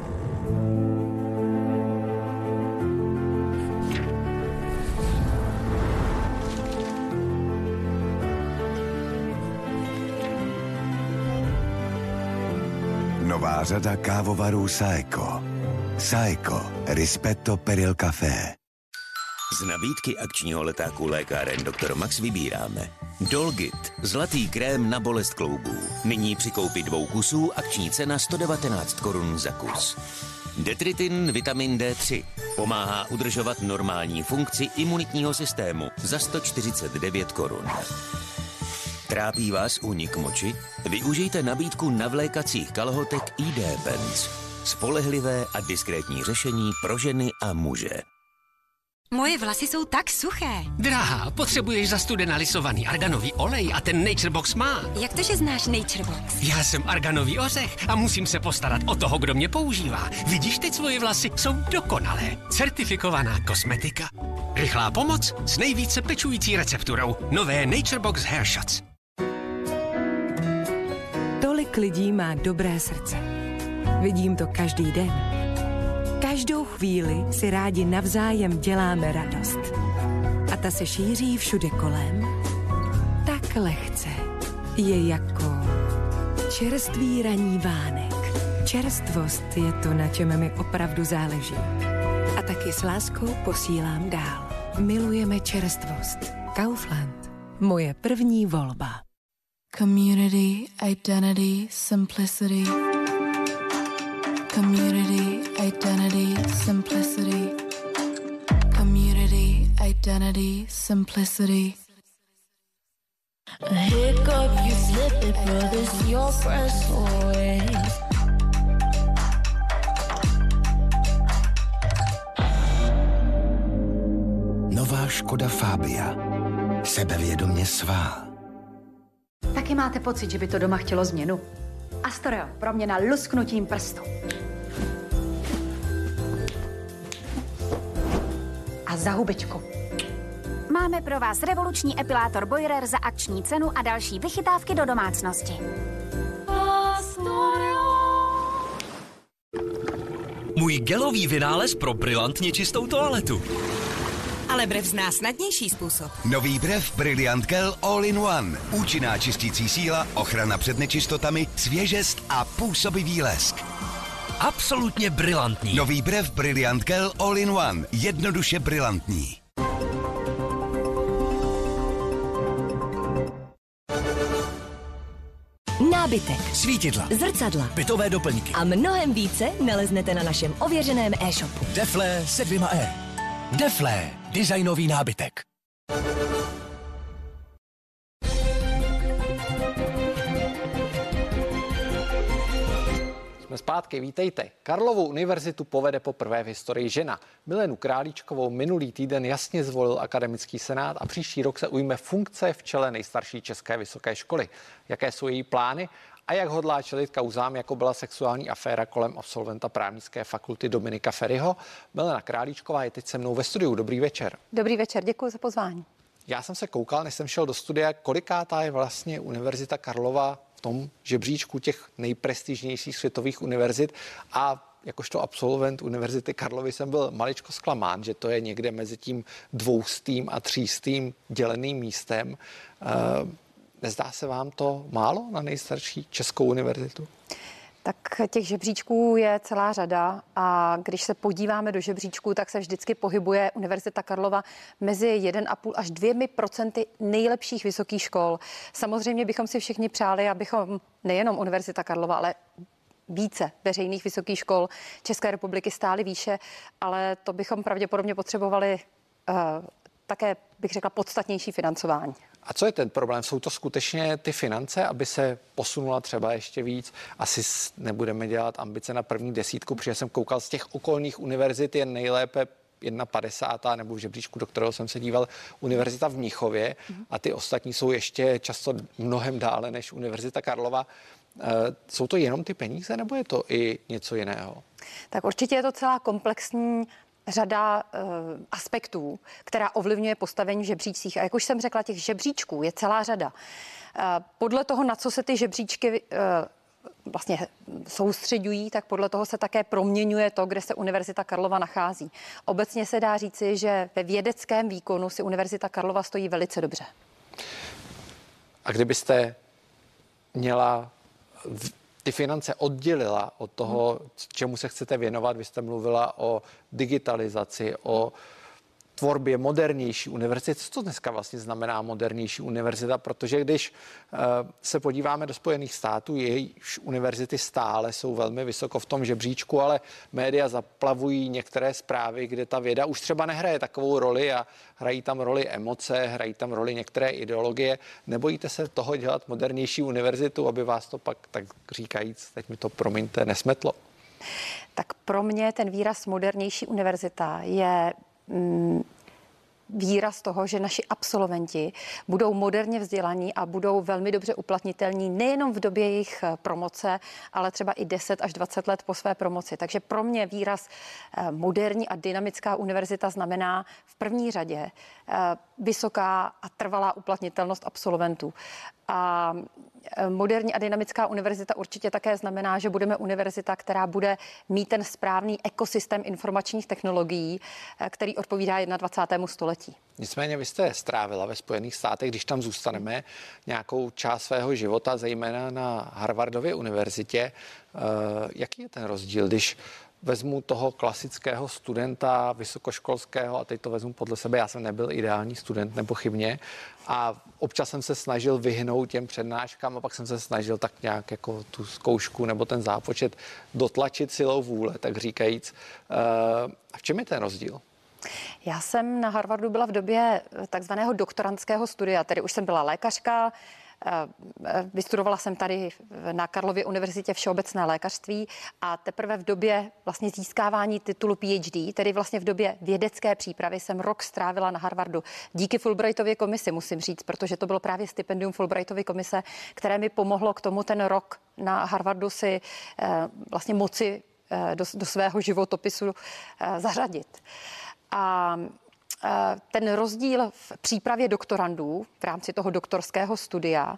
Speaker 24: Nová řada kávovarů Saeco. Saeco Rispetto per il café.
Speaker 19: Z nabídky akčního letáku lékáren Dr. Max vybíráme Dolgit, zlatý krém na bolest kloubů. Nyní při koupi 2 kusů akční cena 119 korun za kus. Detritin vitamin D3 pomáhá udržovat normální funkci imunitního systému za 149 korun. Trápí vás únik moči? Využijte nabídku navlékacích kalhotek ID Pants. Spolehlivé a diskrétní řešení pro ženy a muže.
Speaker 22: Moje vlasy jsou tak suché.
Speaker 25: Drahá, potřebuješ zastudenalisovaný arganový olej a ten Naturebox má.
Speaker 22: Jak to, že znáš Naturebox?
Speaker 25: Já jsem arganový ořech a musím se postarat o toho, kdo mě používá. Vidíš, teď svoje vlasy jsou dokonalé. Certifikovaná kosmetika. Rychlá pomoc s nejvíce pečující recepturou. Nové Naturebox Hair Shots.
Speaker 26: Tolik lidí má dobré srdce. Vidím to každý den. Každou chvíli si rádi navzájem děláme radost. A ta se šíří všude kolem. Tak lehce. Je jako čerstvý ranní vánek. Čerstvost je to, na čem mi opravdu záleží. A taky s láskou posílám dál. Milujeme čerstvost. Kaufland. Moje první volba.
Speaker 27: Community, identity, simplicity. Community, identity, simplicity. Community, identity, simplicity.
Speaker 28: A hiccup, you slip it, brothers, your press away.
Speaker 24: Nová Škoda Fabia. Sebevědomě svá.
Speaker 29: Taky máte pocit, že by to doma chtělo změnu? Astoria, proměna lusknutím prstu. a za hubičku.
Speaker 3: Máme pro vás revoluční epilátor Boirer za akční cenu a další vychytávky do domácnosti.
Speaker 4: Můj gelový vynález pro brilantně čistou toaletu.
Speaker 5: Ale Brev zná snadnější způsob.
Speaker 24: Nový Brev Brilliant Gel All-in-One. Účinná čistící síla, ochrana před nečistotami, svěžest a působivý lesk.
Speaker 4: Absolutně brilantní.
Speaker 24: Nový Brev Brilliant Gel All-in-One. Jednoduše brilantní.
Speaker 2: Nábytek,
Speaker 4: Svítidla,
Speaker 2: zrcadla
Speaker 4: bytové doplňky
Speaker 2: a mnohem více naleznete na našem ověřeném e-shopu.
Speaker 4: Deflé se 2 E. Deflé, designový nábytek.
Speaker 1: Jsme zpátky, vítejte. Karlovu univerzitu povede poprvé v historii žena. Milenu Králíčkovou minulý týden jasně zvolil akademický senát a příští rok se ujme funkce v čele nejstarší české vysoké školy. Jaké jsou její plány a jak hodlá čelit kauzám, jako byla sexuální aféra kolem absolventa právnické fakulty Dominika Feriho? Milena Králíčková je teď se mnou ve studiu. Dobrý večer.
Speaker 6: Dobrý večer, děkuji za pozvání.
Speaker 1: Já jsem se koukal, než jsem šel do studia, kolikátá je vlastně Univerzita Karlova v tom žebříčku těch nejprestižnějších světových univerzit, a jakožto absolvent Univerzity Karlovy jsem byl maličko zklamán, že to je někde mezi tím 200. a 300. děleným místem. Nezdá se vám to málo na nejstarší českou univerzitu?
Speaker 6: Tak těch žebříčků je celá řada a když se podíváme do žebříčků, tak se vždycky pohybuje Univerzita Karlova mezi 1,5 až 2% nejlepších vysokých škol. Samozřejmě bychom si všichni přáli, abychom nejenom Univerzita Karlova, ale více veřejných vysokých škol České republiky stály výše, ale to bychom pravděpodobně potřebovali také, bych řekla, podstatnější financování.
Speaker 1: A co je ten problém? Jsou to skutečně ty finance, aby se posunula třeba ještě víc? Asi nebudeme dělat ambice na první 10, protože jsem koukal, z těch okolních univerzit je nejlépe 51. nebo v žebříčku, do kterého jsem se díval, univerzita v Mnichově, a ty ostatní jsou ještě často mnohem dále než Univerzita Karlova. Jsou to jenom ty peníze, nebo je to i něco jiného?
Speaker 6: Tak určitě je to celá komplexní řada aspektů, která ovlivňuje postavení v žebříčcích. A jak už jsem řekla, těch žebříčků je celá řada. Podle toho, na co se ty žebříčky vlastně soustředují, tak podle toho se také proměňuje to, kde se Univerzita Karlova nachází. Obecně se dá říci, že ve vědeckém výkonu si Univerzita Karlova stojí velice dobře.
Speaker 1: A kdybyste měla ty finance oddělila od toho, čemu se chcete věnovat, vy jste mluvila o digitalizaci, o tvorbě modernější univerzity. Co to dneska vlastně znamená modernější univerzita? Protože když se podíváme do Spojených států, jejichž univerzity stále jsou velmi vysoko v tom žebříčku, ale média zaplavují některé zprávy, kde ta věda už třeba nehraje takovou roli a hrají tam roli emoce, hrají tam roli některé ideologie. Nebojíte se toho dělat modernější univerzitu, aby vás to pak, tak říkajíc, teď mi to promiňte, nesmetlo?
Speaker 6: Tak pro mě ten výraz modernější univerzita je výraz toho, že naši absolventi budou moderně vzdělaní a budou velmi dobře uplatnitelní nejenom v době jejich promoce, ale třeba i 10 až 20 let po své promoci. Takže pro mě výraz moderní a dynamická univerzita znamená v první řadě vysoká a trvalá uplatnitelnost absolventů. A moderní a dynamická univerzita určitě také znamená, že budeme univerzita, která bude mít ten správný ekosystém informačních technologií, který odpovídá 21. století.
Speaker 1: Nicméně vy jste strávila ve Spojených státech, když tam zůstaneme, nějakou část svého života, zejména na Harvardově univerzitě. Jaký je ten rozdíl, když vezmu toho klasického studenta vysokoškolského, a teď to vezmu podle sebe, já jsem nebyl ideální student nepochybně, a občas jsem se snažil vyhnout těm přednáškám a pak jsem se snažil tak nějak jako tu zkoušku nebo ten zápočet dotlačit silou vůle, tak říkajíc. A v čem je ten rozdíl?
Speaker 6: Já jsem na Harvardu byla v době takzvaného doktorandského studia, tedy už jsem byla lékařka, vystudovala jsem tady na Karlově univerzitě všeobecné lékařství a teprve v době vlastně získávání titulu PhD, tedy vlastně v době vědecké přípravy, jsem rok strávila na Harvardu. Díky Fulbrightově komisi, musím říct, protože to bylo právě stipendium Fulbrightovy komise, které mi pomohlo k tomu ten rok na Harvardu si vlastně moci do svého životopisu zařadit. A ten rozdíl v přípravě doktorandů v rámci toho doktorského studia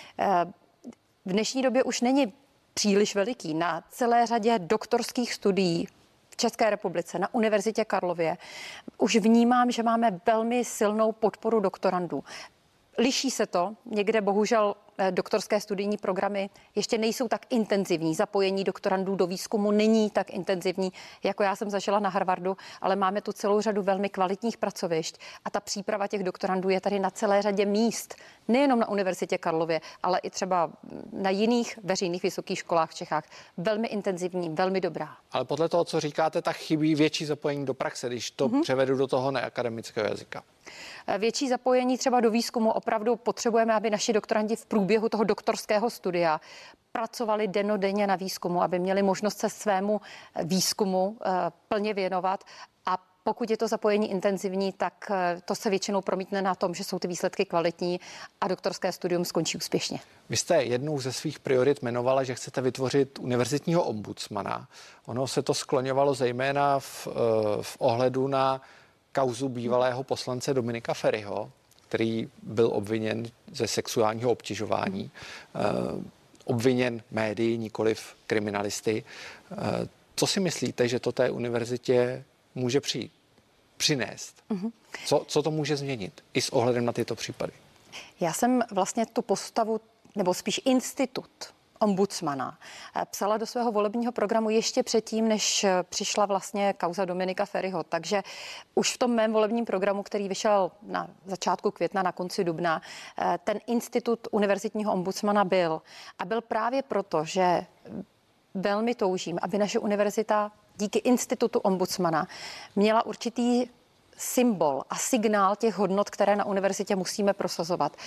Speaker 6: v dnešní době už není příliš veliký. Na celé řadě doktorských studií v České republice, na Univerzitě Karlově, už vnímám, že máme velmi silnou podporu doktorandů. Liší se to, někde bohužel doktorské studijní programy ještě nejsou tak intenzivní. Zapojení doktorandů do výzkumu není tak intenzivní, jako já jsem zažila na Harvardu, ale máme tu celou řadu velmi kvalitních pracovišť a ta příprava těch doktorandů je tady na celé řadě míst. Nejenom na Univerzitě Karlově, ale i třeba na jiných veřejných vysokých školách v Čechách. Velmi intenzivní, velmi dobrá.
Speaker 1: Ale podle toho, co říkáte, tak chybí větší zapojení do praxe, když to převedu do toho neakademického jazyka.
Speaker 6: Větší zapojení třeba do výzkumu opravdu potřebujeme, aby naši doktorandi v průběhu toho doktorského studia pracovali dennodenně na výzkumu, aby měli možnost se svému výzkumu plně věnovat. A pokud je to zapojení intenzivní, tak to se většinou promítne na tom, že jsou ty výsledky kvalitní a doktorské studium skončí úspěšně. Vy
Speaker 1: jste jednou ze svých priorit jmenovala, že chcete vytvořit univerzitního ombudsmana. Ono se to skloňovalo zejména v ohledu na kauzu bývalého poslance Dominika Feriho, který byl obviněn ze sexuálního obtěžování. Obviněn médií, nikoliv kriminalisty. Co si myslíte, že to té univerzitě může přinést? Co to může změnit i s ohledem na tyto případy?
Speaker 6: Já jsem vlastně tu postavu, nebo spíš institut ombudsmana psala do svého volebního programu ještě předtím, než přišla vlastně kauza Dominika Feriho. Takže už v tom mém volebním programu, který vyšel na začátku května, na konci dubna, ten institut univerzitního ombudsmana byl. A byl právě proto, že velmi toužím, aby naše univerzita díky institutu ombudsmana měla určitý symbol a signál těch hodnot, které na univerzitě musíme prosazovat.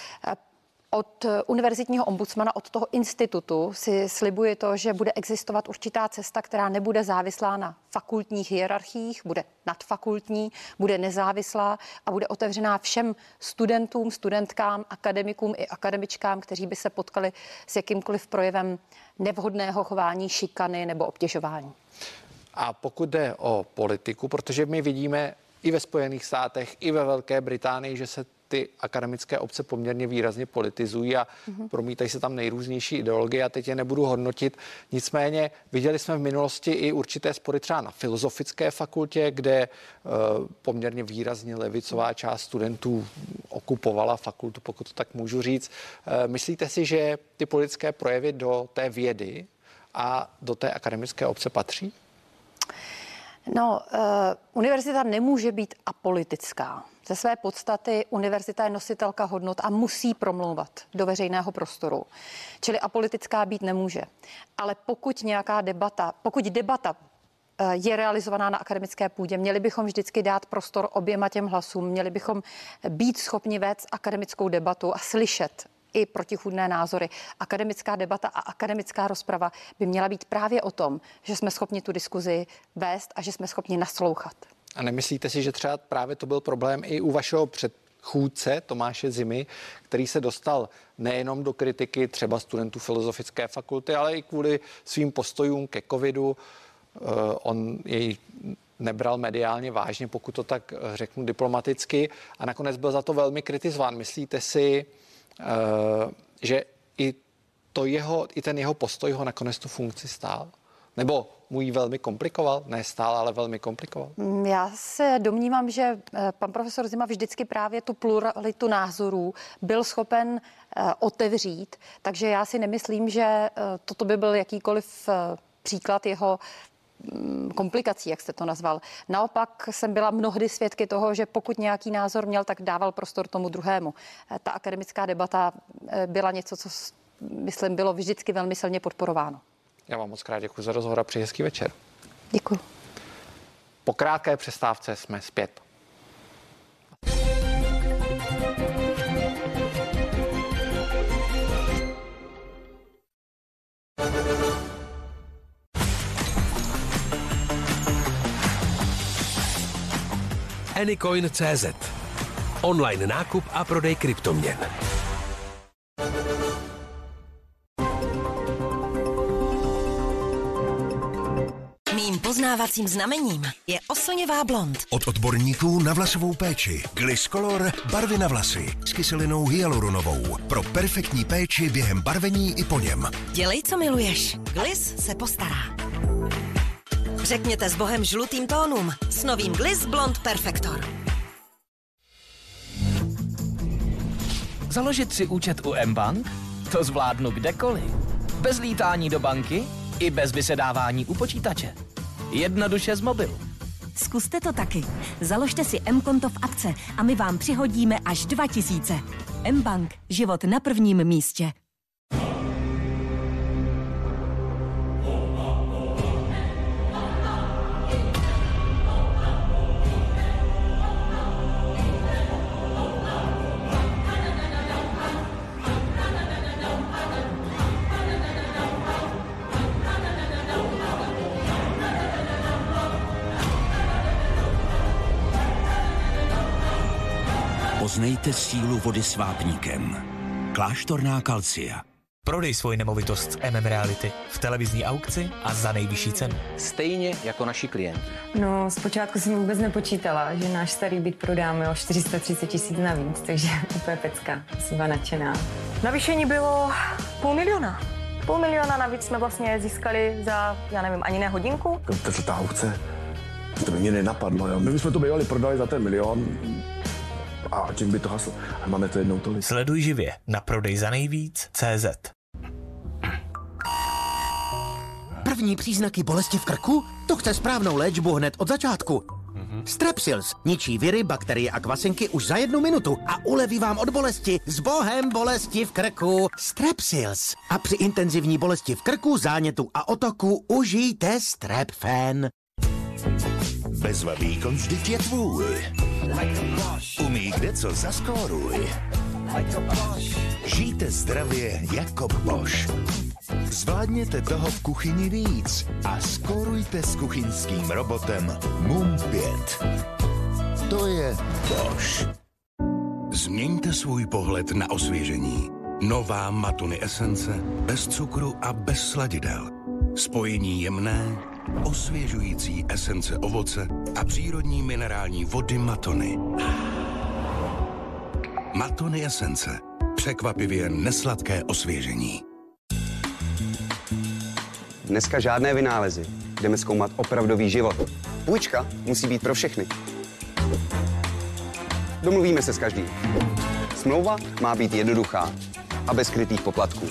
Speaker 6: Od univerzitního ombudsmana, od toho institutu si slibuji to, že bude existovat určitá cesta, která nebude závislá na fakultních hierarchiích, bude nadfakultní, bude nezávislá a bude otevřená všem studentům, studentkám, akademikům i akademičkám, kteří by se potkali s jakýmkoliv projevem nevhodného chování, šikany nebo obtěžování.
Speaker 1: A pokud jde o politiku, protože my vidíme i ve Spojených státech, i ve Velké Británii, že se ty akademické obce poměrně výrazně politizují a promítají se tam nejrůznější ideologie a teď je nebudu hodnotit. Nicméně viděli jsme v minulosti i určité spory třeba na Filozofické fakultě, kde poměrně výrazně levicová část studentů okupovala fakultu, pokud to tak můžu říct. Myslíte si, že ty politické projevy do té vědy a do té akademické obce patří?
Speaker 6: No, univerzita nemůže být apolitická. Ze své podstaty univerzita je nositelka hodnot a musí promlouvat do veřejného prostoru. Čili apolitická být nemůže. Ale pokud debata je realizovaná na akademické půdě, měli bychom vždycky dát prostor oběma těm hlasům, měli bychom být schopni vést akademickou debatu a slyšet i protichůdné názory. Akademická debata a akademická rozprava by měla být právě o tom, že jsme schopni tu diskuzi vést a že jsme schopni naslouchat.
Speaker 1: A nemyslíte si, že třeba právě to byl problém i u vašeho předchůdce Tomáše Zimy, který se dostal nejenom do kritiky třeba studentů Filozofické fakulty, ale i kvůli svým postojům ke covidu. On jej nebral mediálně vážně, pokud to tak řeknu diplomaticky, a nakonec byl za to velmi kritizován. Myslíte si, že i ten jeho postoj ho nakonec tu funkci stál? Nebo mu ji velmi komplikoval? Ne stál, ale velmi komplikoval?
Speaker 6: Já se domnívám, že pan profesor Zima vždycky právě tu pluralitu názorů byl schopen otevřít, takže já si nemyslím, že toto by byl jakýkoliv příklad jeho komplikací, jak jste to nazval. Naopak jsem byla mnohdy svědky toho, že pokud nějaký názor měl, tak dával prostor tomu druhému. Ta akademická debata byla něco, co myslím bylo vždycky velmi silně podporováno.
Speaker 1: Já vám moc krát děkuji za rozhovor a přeji hezký večer.
Speaker 6: Děkuji.
Speaker 1: Po krátké přestávce jsme zpět.
Speaker 4: Anycoin.cz. Online nákup a prodej kryptoměn.
Speaker 2: Mým poznávacím znamením je oslnivá blond.
Speaker 7: Od odborníků na vlasovou péči. Gliss Color, barvy na vlasy s kyselinou hyaluronovou. Pro perfektní péči během barvení i po něm.
Speaker 2: Dělej, co miluješ. Gliss se postará. Řekněte s Bohem žlutým tónům s novým Gliss Blond Perfector.
Speaker 21: Založit si účet u mBank? To zvládnu kdekoliv. Bez lítání do banky i bez vysedávání u počítače. Jednoduše z mobilu.
Speaker 2: Zkuste to taky. Založte si mKonto v akce a my vám přihodíme až 2000. mBank. Život na prvním místě.
Speaker 19: Poznejte sílu vody s vápníkem. Kláštorná Calcia.
Speaker 8: Prodej svoji nemovitost s MM Reality v televizní aukci a za nejvyšší cenu.
Speaker 9: Stejně jako naši klienti.
Speaker 10: No, zpočátku jsem vůbec nepočítala, že náš starý byt prodáme o 430 000 navíc, takže úplně pecka. Jsem byla nadšená.
Speaker 11: Navýšení bylo 500 000. 500 000 navíc jsme vlastně získali za, já nevím, ani ne hodinku.
Speaker 12: Ta aukce, to by mě nenapadlo, jo. My bychom to bývali prodali za ten 1 000 000 a tím by to haslo. A máme to jednou tolik.
Speaker 8: Sleduj živě na prodejzanejvíc.cz.
Speaker 13: První příznaky bolesti v krku? To chce správnou léčbu hned od začátku. Strepsils ničí viry, bakterie a kvasinky už za 1 minutu a uleví vám od bolesti. S Bohem bolesti v krku. Strepsils. A při intenzivní bolesti v krku, zánětu a otoku užijte Strepfen.
Speaker 7: Bezvadný výkon vždyť je tvůj. Umí kdeco zaskóruj. Žijte zdravě jako Bosch. Zvládněte toho v kuchyni víc a skórujte s kuchyňským robotem MUM 5. To je Bosch. Změňte svůj pohled na osvěžení. Nová Matony esence bez cukru a bez sladidel. Spojení jemné, osvěžující esence ovoce a přírodní minerální vody Matony. Matony esence. Překvapivě nesladké osvěžení.
Speaker 14: Dneska žádné vynálezy. Jdeme zkoumat opravdový život. Půjčka musí být pro všechny. Domluvíme se s každým. Smlouva má být jednoduchá a bez skrytých poplatků.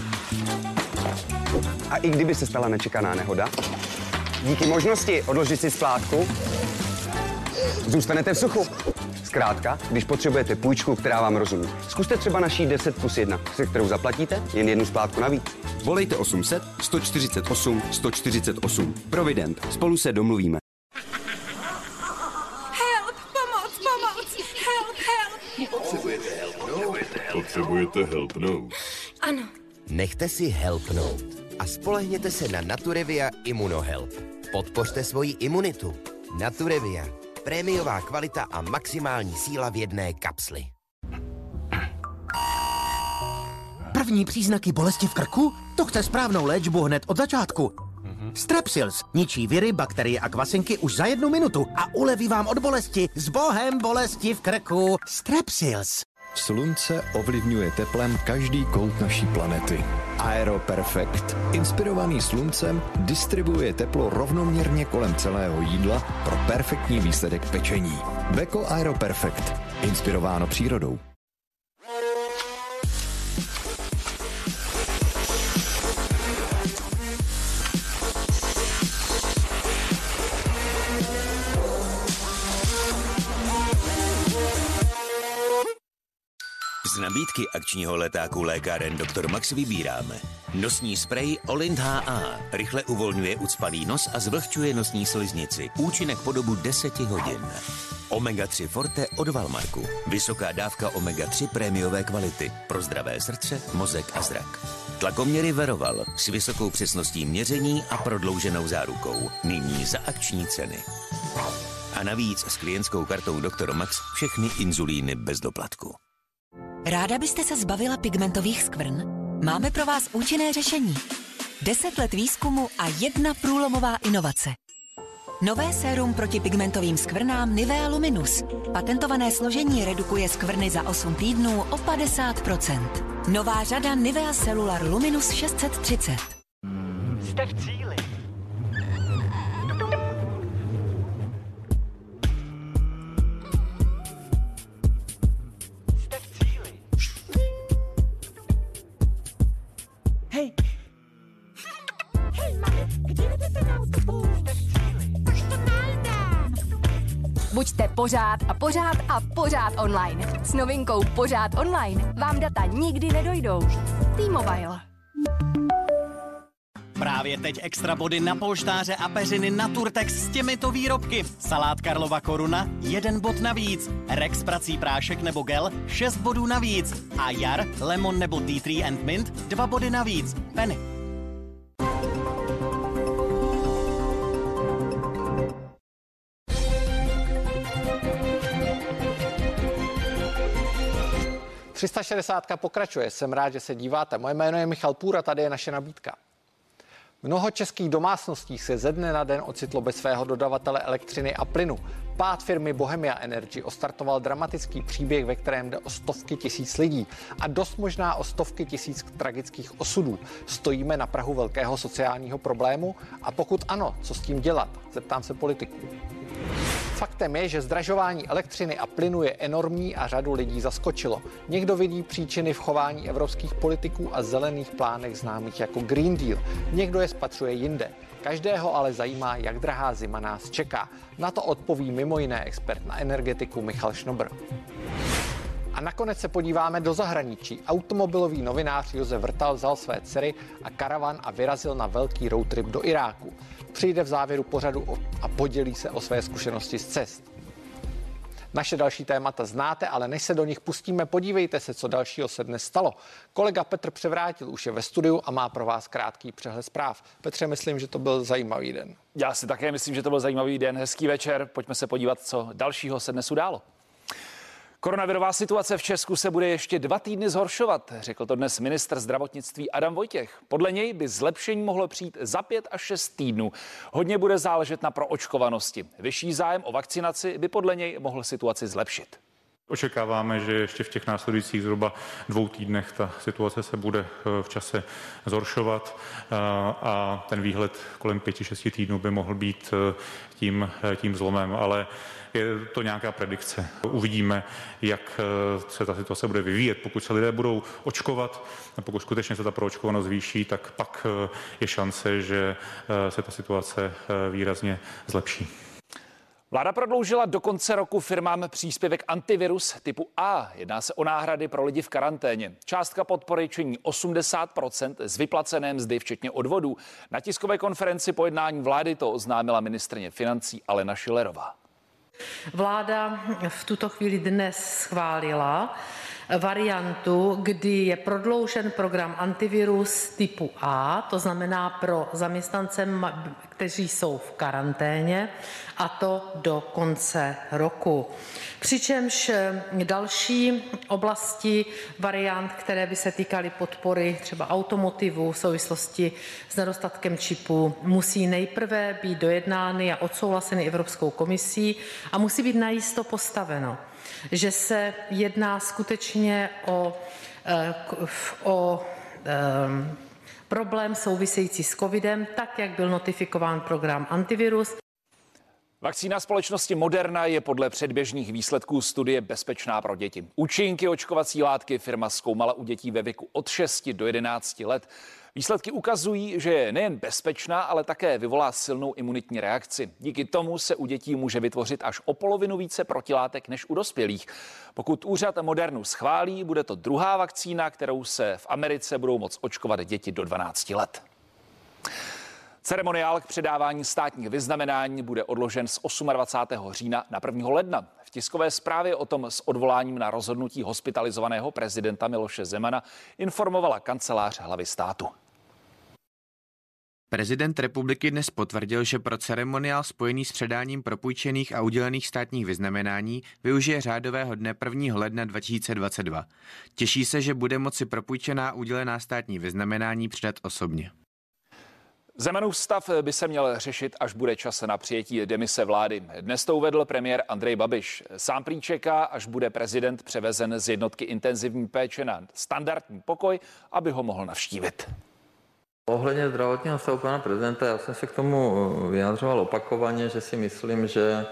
Speaker 14: A i kdyby se stala nečekaná nehoda, díky možnosti odložit si splátku, zůstanete v suchu. Zkrátka, když potřebujete půjčku, která vám rozumí. Zkuste třeba naší 10+1, se kterou zaplatíte jen 1 splátku navíc. Volejte 800 148 148. Provident. Spolu se domluvíme.
Speaker 28: Help! Pomoc! Help!
Speaker 15: Potřebujete helpnout.
Speaker 28: Ano.
Speaker 30: Nechte si helpnout a spolehněte se na Naturevia Immunohelp. Podpořte svoji imunitu. Naturevia. Prémiová kvalita a maximální síla v jedné kapsli.
Speaker 13: První příznaky bolesti v krku? To chce správnou léčbu hned od začátku. Strepsils ničí viry, bakterie a kvasinky už za 1 minutu a uleví vám od bolesti. S Bohem bolesti v krku. Strepsils.
Speaker 31: Slunce ovlivňuje teplem každý kout naší planety. Aero Perfect, inspirovaný sluncem, distribuuje teplo rovnoměrně kolem celého jídla pro perfektní výsledek pečení. Beko Aero Perfect, inspirováno přírodou.
Speaker 19: Z nabídky akčního letáku lékáren Dr. Max vybíráme nosní sprej Olint HA. Rychle uvolňuje ucpaný nos a zvlhčuje nosní sliznici. Účinek po dobu 10 hodin. Omega-3 Forte od Valmarku. Vysoká dávka Omega-3 prémiové kvality. Pro zdravé srdce, mozek a zrak. Tlakoměry Veroval s vysokou přesností měření a prodlouženou zárukou. Nyní za akční ceny. A navíc s klientskou kartou Dr. Max všechny inzulíny bez doplatku.
Speaker 2: Ráda byste se zbavila pigmentových skvrn? Máme pro vás účinné řešení. 10 let výzkumu a 1 průlomová inovace.
Speaker 5: Nové sérum proti pigmentovým skvrnám Nivea Luminous. Patentované složení redukuje skvrny za 8 týdnů o 50%. Nová řada Nivea Cellular Luminous 630.
Speaker 15: Jste v cíli. Jste v cíli. Hej. Hej, mami, kde jdete na autobus? Jste v cíli. Už to najdem.
Speaker 3: Buďte pořád a pořád a pořád online. S novinkou Pořád online vám data nikdy nedojdou. T-Mobile.
Speaker 16: Právě teď extra body na polštáře a peřiny Naturtex s těmito výrobky. Salát Karlova Koruna, 1 bod navíc. Rex prací prášek nebo gel, 6 bodů navíc. A Jar, lemon nebo tea tree and mint, 2 body navíc. Penny.
Speaker 1: .360 pokračuje, jsem rád, že se díváte. Moje jméno je Michal Půra, tady je naše nabídka. Mnoho českých domácností se ze dne na den ocitlo bez svého dodavatele elektřiny a plynu. Pád firmy Bohemia Energy ostartoval dramatický příběh, ve kterém jde o stovky tisíc lidí a dost možná o stovky tisíc tragických osudů. Stojíme na prahu velkého sociálního problému a pokud ano, co s tím dělat? Zeptám se politiků. Faktem je, že zdražování elektřiny a plynu je enormní a řadu lidí zaskočilo. Někdo vidí příčiny v chování evropských politiků a zelených plánech známých jako Green Deal. Někdo je spatřuje jinde. Každého ale zajímá, jak drahá zima nás čeká. Na to odpoví mimo jiné expert na energetiku Michal Šnobr. A nakonec se podíváme do zahraničí. Automobilový novinář Josef Vrtal vzal své dcery a karavan a vyrazil na velký road trip do Iráku. Přijde v závěru pořadu a podělí se o své zkušenosti z cest. Naše další témata znáte, ale než se do nich pustíme, podívejte se, co dalšího se dnes stalo. Kolega Petr Převrátil už je ve studiu a má pro vás krátký přehled zpráv. Petře, myslím, že to byl zajímavý den.
Speaker 17: Já si také myslím, že to byl zajímavý den. Hezký večer. Pojďme se podívat, co dalšího se dnes událo. Koronavirová situace v Česku se bude ještě 2 týdny zhoršovat, řekl to dnes ministr zdravotnictví Adam Vojtěch. Podle něj by zlepšení mohlo přijít za 5 až 6 týdnů. Hodně bude záležet na proočkovanosti. Vyšší zájem o vakcinaci by podle něj mohl situaci zlepšit.
Speaker 18: Očekáváme, že ještě v těch následujících zhruba 2 týdnech ta situace se bude v čase zhoršovat a ten výhled kolem 5-6 týdnů by mohl být tím zlomem, ale je to nějaká predikce. Uvidíme, jak se ta situace bude vyvíjet. Pokud se lidé budou očkovat a pokud skutečně se ta proočkovanost zvýší, tak pak je šance, že se ta situace výrazně zlepší.
Speaker 17: Vláda prodloužila do konce roku firmám příspěvek antivirus typu A. Jedná se o náhrady pro lidi v karanténě. Částka podpory činí 80% z vyplacené mzdy, včetně odvodů. Na tiskové konferenci po jednání vlády to oznámila ministryně financí Alena Schillerová.
Speaker 20: Vláda v tuto chvíli dnes schválila variantu, kdy je prodloužen program antivirus typu A, to znamená pro zaměstnance, kteří jsou v karanténě, a to do konce roku. Přičemž další oblasti variant, které by se týkaly podpory třeba automotivu v souvislosti s nedostatkem čipů, musí nejprve být dojednány a odsouhlaseny Evropskou komisí a musí být najisto postaveno, že se jedná skutečně o problém související s covidem, tak jak byl notifikován program antivirus.
Speaker 17: Vakcína společnosti Moderna je podle předběžných výsledků studie bezpečná pro děti. Účinky očkovací látky firma zkoumala u dětí ve věku od 6 do 11 let. Výsledky ukazují, že je nejen bezpečná, ale také vyvolá silnou imunitní reakci. Díky tomu se u dětí může vytvořit až o polovinu více protilátek než u dospělých. Pokud úřad Modernu schválí, bude to druhá vakcína, kterou se v Americe budou moct očkovat děti do 12 let. Ceremoniál k předávání státních vyznamenání bude odložen z 28. října na 1. ledna. V tiskové zprávě o tom s odvoláním na rozhodnutí hospitalizovaného prezidenta Miloše Zemana informovala kancelář hlavy státu.
Speaker 22: Prezident republiky dnes potvrdil, že pro ceremoniál spojený s předáním propůjčených a udělených státních vyznamenání využije řádového dne 1. ledna 2022. Těší se, že bude moci propůjčená a udělená státní vyznamenání předat osobně.
Speaker 17: Zemanův stav by se měl řešit, až bude čas na přijetí demise vlády. Dnes to uvedl premiér Andrej Babiš. Sám prý čeká, až bude prezident převezen z jednotky intenzivní péče na standardní pokoj, aby ho mohl navštívit.
Speaker 4: Ohledně zdravotního stavu pana prezidenta, já jsem se k tomu vyjádřoval opakovaně, že si myslím, že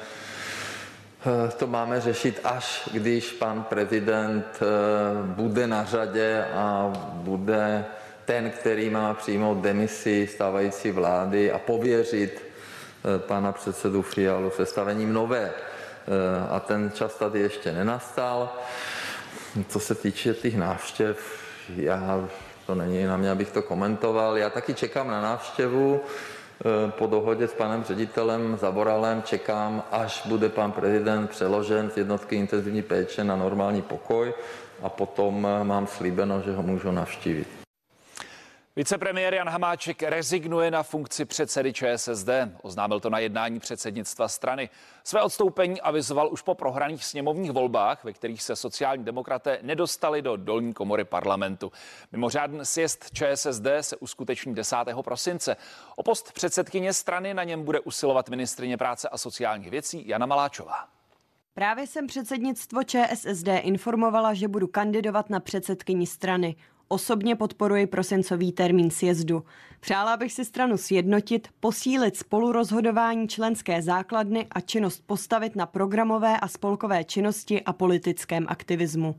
Speaker 4: to máme řešit, až když pan prezident bude na řadě a bude ten, který má přijmout demisi stávající vlády a pověřit pana předsedu Fialu sestavením nové. A ten čas tady ještě nenastal. Co se týče těch návštěv, to není na mě, abych to komentoval. Já taky čekám na návštěvu. Po dohodě s panem ředitelem Zavoralem čekám, až bude pan prezident přeložen z jednotky intenzivní péče na normální pokoj a potom mám slíbeno, že ho můžu navštívit.
Speaker 17: Vicepremiér Jan Hamáček rezignuje na funkci předsedy ČSSD. Oznámil to na jednání předsednictva strany. Své odstoupení avizoval už po prohraných sněmovních volbách, ve kterých se sociální demokraté nedostali do dolní komory parlamentu. Mimořádný sjezd ČSSD se uskuteční 10. prosince. O post předsedkyně strany na něm bude usilovat ministryně práce a sociálních věcí Jana Maláčová.
Speaker 6: Právě jsem předsednictvo ČSSD informovala, že budu kandidovat na předsedkyni strany. Osobně podporuji prosincový termín sjezdu. Přála bych si stranu sjednotit, posílit spolurozhodování členské základny a činnost postavit na programové a spolkové činnosti a politickém aktivismu.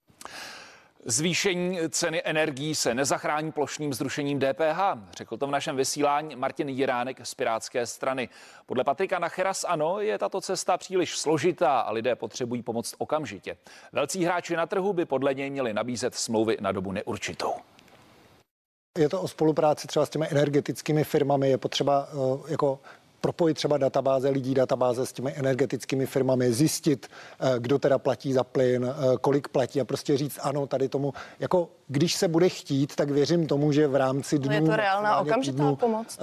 Speaker 17: Zvýšení ceny energií se nezachrání plošným zrušením DPH, řekl to v našem vysílání Martin Jiránek z Pirátské strany. Podle Patrika Nachera z ANO je tato cesta příliš složitá a lidé potřebují pomoc okamžitě. Velcí hráči na trhu by podle něj měli nabízet smlouvy na dobu neurčitou.
Speaker 9: Je to o spolupráci třeba s těmi energetickými firmami, je potřeba propojit třeba databáze lidí, databáze s těmi energetickými firmami, zjistit, kdo teda platí za plyn, kolik platí a prostě říct ano, tady tomu, jako když se bude chtít, tak věřím tomu, že v rámci dnů...
Speaker 11: Je to reálná okamžitá pomoc?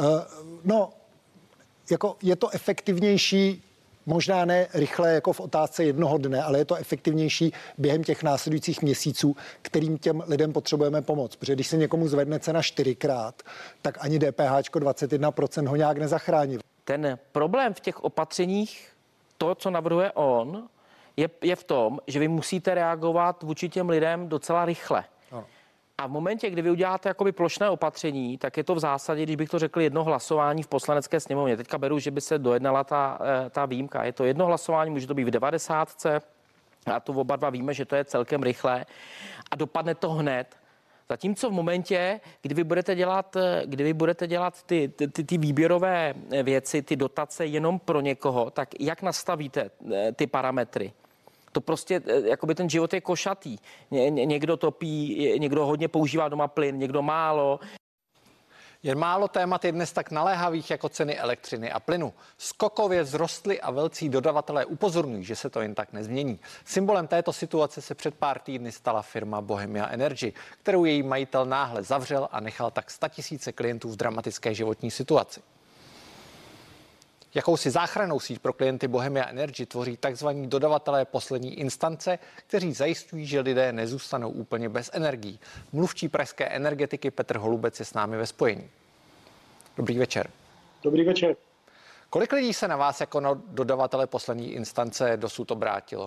Speaker 9: Je to efektivnější, možná ne rychle jako v otázce jednoho dne, ale je to efektivnější během těch následujících měsíců, kterým těm lidem potřebujeme pomoct. Protože když se někomu zvedne cena 4krát, tak ani DPH 21% ho nějak nezachrání.
Speaker 10: Ten problém v těch opatřeních, to, co navrhuje on, je v tom, že vy musíte reagovat vůči těm lidem docela rychle. A v momentě, kdy vy uděláte jakoby plošné opatření, tak je to v zásadě, když bych to řekl, jedno hlasování v Poslanecké sněmovně. Teďka beru, že by se dojednala ta výjimka. Je to jedno hlasování, může to být v 90. A to oba dva víme, že to je celkem rychlé a dopadne to hned. Zatímco v momentě, kdy vy budete dělat ty výběrové věci, ty dotace jenom pro někoho, tak jak nastavíte ty parametry? To prostě, jakoby ten život je košatý. Někdo topí, někdo hodně používá doma plyn, někdo málo.
Speaker 1: Jen málo témat je dnes tak naléhavých jako ceny elektřiny a plynu. Skokově vzrostly a velcí dodavatelé upozorňují, že se to jen tak nezmění. Symbolem této situace se před pár týdny stala firma Bohemia Energy, kterou její majitel náhle zavřel a nechal tak 100 000 klientů v dramatické životní situaci. Jakousi záchrannou síť pro klienty Bohemia Energy tvoří tzv. Dodavatelé poslední instance, kteří zajišťují, že lidé nezůstanou úplně bez energií. Mluvčí pražské energetiky Petr Holubec je s námi ve spojení. Dobrý večer.
Speaker 21: Dobrý večer.
Speaker 1: Kolik lidí se na vás jako na dodavatele poslední instance dosud obrátilo?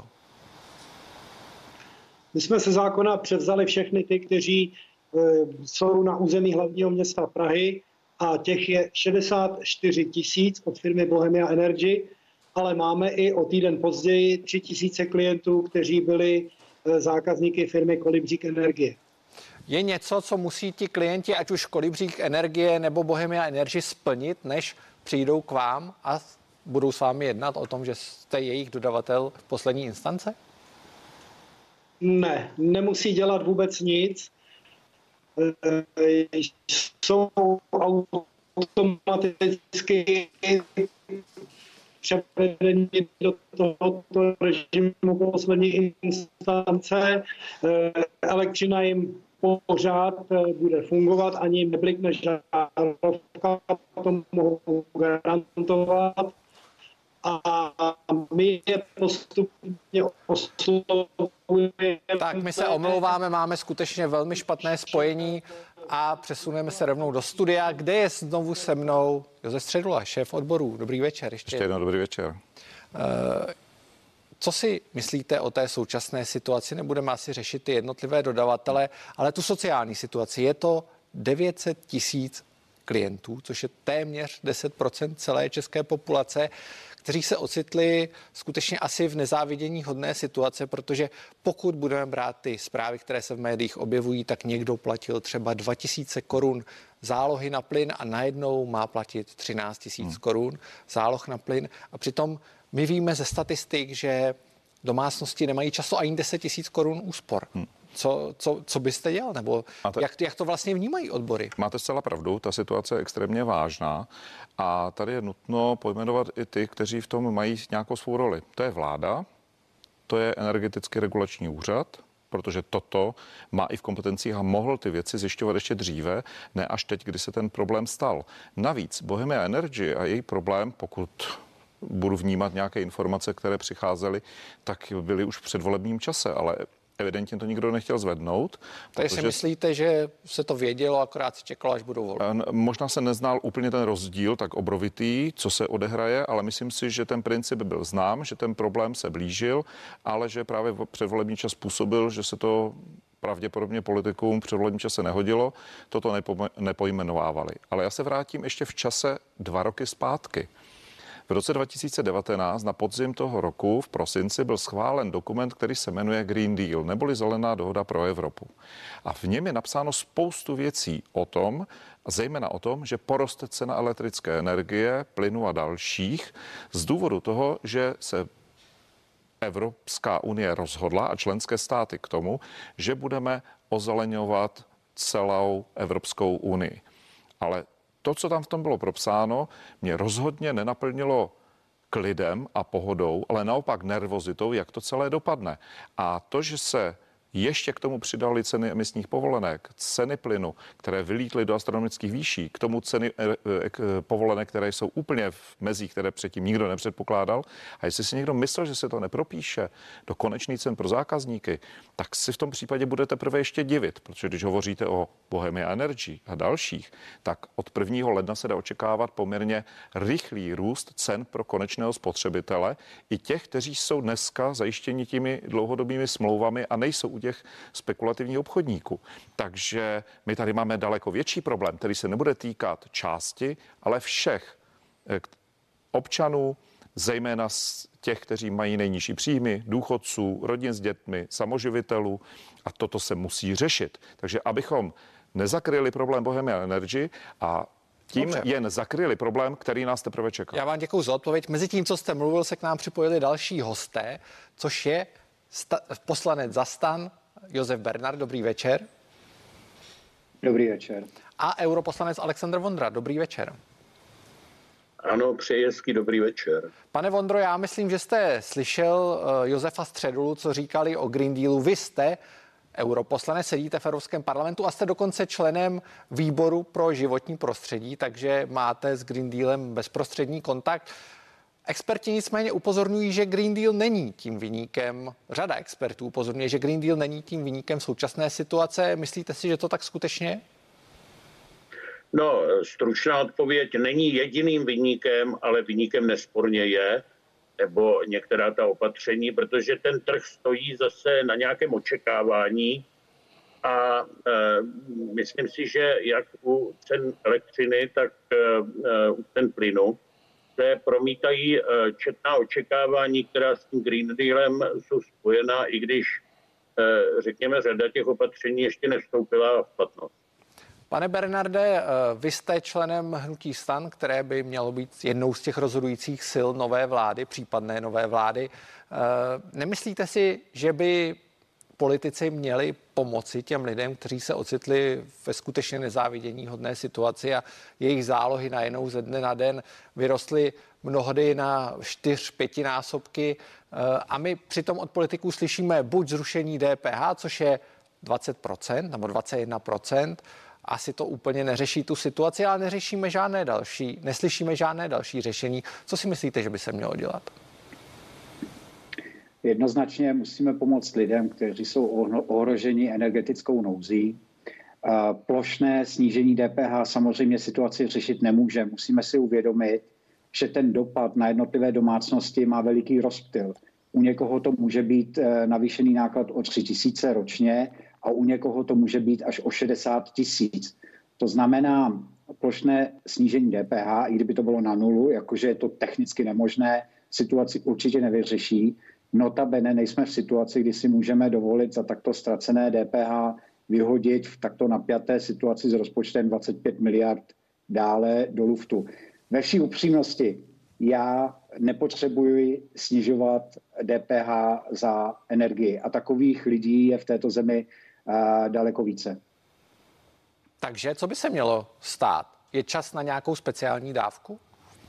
Speaker 21: My jsme se zákona převzali všechny ty, kteří jsou na území hlavního města Prahy, a těch je 64 000 od firmy Bohemia Energy, ale máme i o týden později 3 000 klientů, kteří byli zákazníky firmy Kolibřík Energie.
Speaker 1: Je něco, co musí ti klienti, ať už Kolibřík Energie nebo Bohemia Energy, splnit, než přijdou k vám a budou s vámi jednat o tom, že jste jejich dodavatel v poslední instance?
Speaker 21: Ne, nemusí dělat vůbec nic. Jsou automaticky převedení do tohoto režimu poslední instance. Elektřina jim pořád bude fungovat, ani jim neblikne žárovka, to mohou garantovat. A my je postupně oslovujeme.
Speaker 1: Tak my se omlouváme, máme skutečně velmi špatné spojení. a přesuneme se rovnou do studia, kde je znovu se mnou Josef Středula, šéf odborů. Dobrý večer.
Speaker 7: Ještě jednou dobrý večer.
Speaker 1: Co si myslíte o té současné situaci? Nebudeme asi řešit ty jednotlivé dodavatele, ale tu sociální situaci. Je to 900 000 klientů, což je téměř 10% celé české populace, kteří se ocitli skutečně asi v nezávidění hodné situace, protože pokud budeme brát ty zprávy, které se v médiích objevují, tak někdo platil třeba 2000 korun zálohy na plyn a najednou má platit 13 000 korun záloh na plyn. A přitom my víme ze statistik, že domácnosti nemají často ani 10 000 korun úspor. Co byste dělal? Nebo jak to vlastně vnímají odbory?
Speaker 7: Máte zcela pravdu, ta situace je extrémně vážná a tady je nutno pojmenovat i ty, kteří v tom mají nějakou svou roli. To je vláda, to je Energetický regulační úřad, protože toto má i v kompetencích a mohl ty věci zjišťovat ještě dříve, ne až teď, kdy se ten problém stal. Navíc Bohemia Energy a její problém, pokud budu vnímat nějaké informace, které přicházely, tak byly už v předvolebním čase, ale evidentně to nikdo nechtěl zvednout.
Speaker 1: Takže si myslíte, že se to vědělo, akorát se čekalo, až budou volby?
Speaker 7: Možná se neznal úplně ten rozdíl tak obrovitý, co se odehraje, ale myslím si, že ten princip byl znám, že ten problém se blížil, ale že právě předvolební čas způsobil, že se to pravděpodobně politikům v předvolebním čase nehodilo, toto nepojmenovávali. Ale já se vrátím ještě v čase 2 roky zpátky. V roce 2019 na podzim toho roku v prosinci byl schválen dokument, který se jmenuje Green Deal, neboli Zelená dohoda pro Evropu. A v něm je napsáno spoustu věcí o tom, zejména o tom, že poroste cena elektrické energie, plynu a dalších z důvodu toho, že se Evropská unie rozhodla a členské státy k tomu, že budeme ozeleňovat celou Evropskou unii. Ale to, co tam v tom bylo propsáno, mě rozhodně nenaplnilo klidem a pohodou, ale naopak nervozitou, jak to celé dopadne. A to, že se ještě k tomu přidali ceny emisních povolenek, ceny plynu, které vylítly do astronomických výší, k tomu ceny povolenek, které jsou úplně v mezích, které předtím nikdo nepředpokládal. A jestli si někdo myslel, že se to nepropíše do konečných cen pro zákazníky, tak si v tom případě budete teprve ještě divit, protože když hovoříte o Bohemia Energy a dalších, tak od 1. ledna se dá očekávat poměrně rychlý růst cen pro konečného spotřebitele i těch, kteří jsou dneska zajištěni těmi dlouhodobými smlouvami a nejsou u těch spekulativních obchodníků. Takže my tady máme daleko větší problém, který se nebude týkat části, ale všech občanů, zejména z těch, kteří mají nejnižší příjmy, důchodců, rodin s dětmi, samoživitelů a toto se musí řešit. Takže abychom nezakryli problém Bohemia Energy a tím jen zakryli problém, který nás teprve čeká.
Speaker 1: Já vám děkuji za odpověď. Mezi tím, co jste mluvil, se k nám připojili další hosté, což je poslanec za STAN Josef Bernard. Dobrý večer.
Speaker 8: Dobrý večer.
Speaker 1: A europoslanec Alexandr Vondra. Dobrý večer.
Speaker 8: Ano, přeji hezký dobrý večer.
Speaker 1: Pane Vondro, já myslím, že jste slyšel Josefa Středulu, co říkali o Green Dealu. Vy jste europoslanec, sedíte v Evropském parlamentu a jste dokonce členem výboru pro životní prostředí, takže máte s Green Dealem bezprostřední kontakt. Experti nicméně upozorňují, že Green Deal není tím viníkem, řada expertů upozorňuje, že Green Deal není tím viníkem současné situace. Myslíte si, že to tak skutečně je?
Speaker 8: No, stručná odpověď, není jediným viníkem, ale viníkem nesporně je, nebo některá ta opatření, protože ten trh stojí zase na nějakém očekávání a myslím si, že jak u cen elektřiny, tak u cen plynu se promítají četná očekávání, která s tím Green Dealem jsou spojená, i když, řekněme, řada těch opatření ještě nevstoupila v platnost.
Speaker 1: Pane Bernarde, vy jste členem hnutí STAN, které by mělo být jednou z těch rozhodujících sil nové vlády, případné nové vlády. Nemyslíte si, že by politici měli pomoci těm lidem, kteří se ocitli ve skutečně nezávidění hodné situaci a jejich zálohy najednou ze dne na den vyrostly mnohdy na 4-5 násobky a my přitom od politiků slyšíme buď zrušení DPH, což je 20% nebo 21%, asi to úplně neřeší tu situaci, ale neslyšíme žádné další řešení. Co si myslíte, že by se mělo dělat?
Speaker 8: Jednoznačně musíme pomoct lidem, kteří jsou ohroženi energetickou nouzí.
Speaker 12: Plošné snížení DPH samozřejmě situaci řešit nemůže. Musíme si uvědomit, že ten dopad na jednotlivé domácnosti má veliký rozptyl. U někoho to může být navýšený náklad o 3 000 ročně a u někoho to může být až o 60 000. To znamená, plošné snížení DPH, i kdyby to bylo na nulu, jakože je to technicky nemožné, situaci určitě nevyřeší. Notabene nejsme v situaci, kdy si můžeme dovolit za takto ztracené DPH vyhodit v takto napjaté situaci s rozpočtem 25 miliard dále do luftu. Ve vší upřímnosti, já nepotřebuji snižovat DPH za energii a takových lidí je v této zemi daleko více.
Speaker 1: Takže co by se mělo stát? Je čas na nějakou speciální dávku?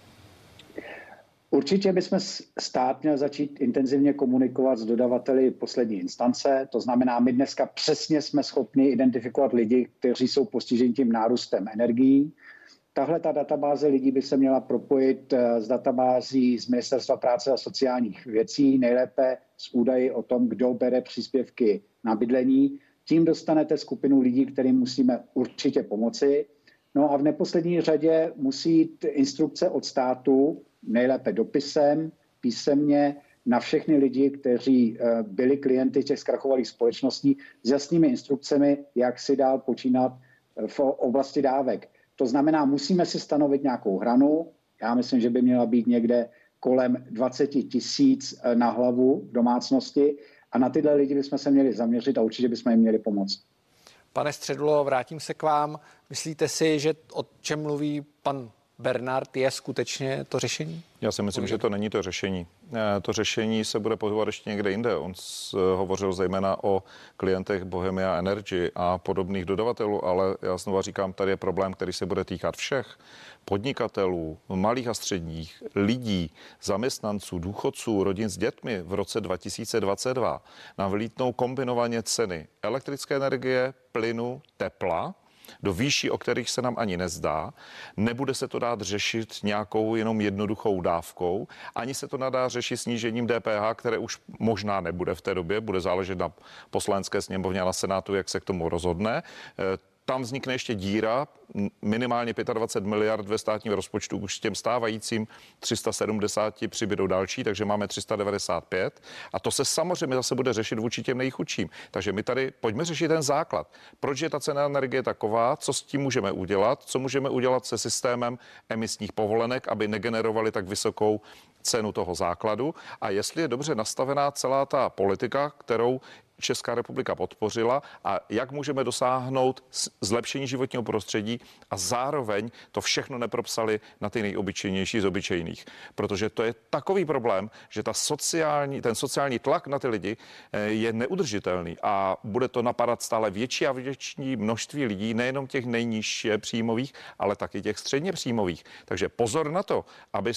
Speaker 12: Určitě bychom stát měl začít intenzivně komunikovat s dodavateli poslední instance. To znamená, my dneska přesně jsme schopni identifikovat lidi, kteří jsou postiženi tím nárůstem energií. Tahle ta databáze lidí by se měla propojit s databází z Ministerstva práce a sociálních věcí, nejlépe s údaji o tom, kdo bere příspěvky na bydlení. Tím dostanete skupinu lidí, kterým musíme určitě pomoci. No a v neposlední řadě musí jít instrukce od státu, nejlépe dopisem, písemně, na všechny lidi, kteří byli klienty těch zkrachovalých společností, s jasnými instrukcemi, jak si dál počínat v oblasti dávek. To znamená, musíme si stanovit nějakou hranu. Já myslím, že by měla být někde kolem 20 000 na hlavu v domácnosti a na tyhle lidi bychom se měli zaměřit a určitě bychom jim měli pomoct.
Speaker 1: Pane Středulo, vrátím se k vám. Myslíte si, že o čem mluví pan Bernard je skutečně to řešení?
Speaker 7: Já si myslím, že to není to řešení. To řešení se bude pohybovat ještě někde jinde. On hovořil zejména o klientech Bohemia Energy a podobných dodavatelů, ale já znova říkám, tady je problém, který se bude týkat všech podnikatelů, malých a středních, lidí, zaměstnanců, důchodců, rodin s dětmi v roce 2022. Nám vlítnou kombinovaně ceny elektrické energie, plynu, tepla do výší, o kterých se nám ani nezdá. Nebude se to dát řešit nějakou jenom jednoduchou dávkou, ani se to nedá řešit snížením DPH, které už možná nebude v té době, bude záležet na Poslanecké sněmovně a na Senátu, jak se k tomu rozhodne. Tam vznikne ještě díra, minimálně 25 miliard ve státním rozpočtu, už s těm stávajícím 370 přibydou další, takže máme 395 a to se samozřejmě zase bude řešit vůči těm nejchudším. Takže my tady pojďme řešit ten základ. Proč je ta cena energie taková, co s tím můžeme udělat, co můžeme udělat se systémem emisních povolenek, aby negenerovali tak vysokou cenu toho základu a jestli je dobře nastavená celá ta politika, kterou Česká republika podpořila a jak můžeme dosáhnout zlepšení životního prostředí a zároveň to všechno nepropsali na ty nejobyčejnější z obyčejných. Protože to je takový problém, že ten sociální tlak na ty lidi je neudržitelný a bude to napadat stále větší a větší množství lidí, nejenom těch nejnižších příjmových, ale taky těch středně příjmových. Takže pozor na to, aby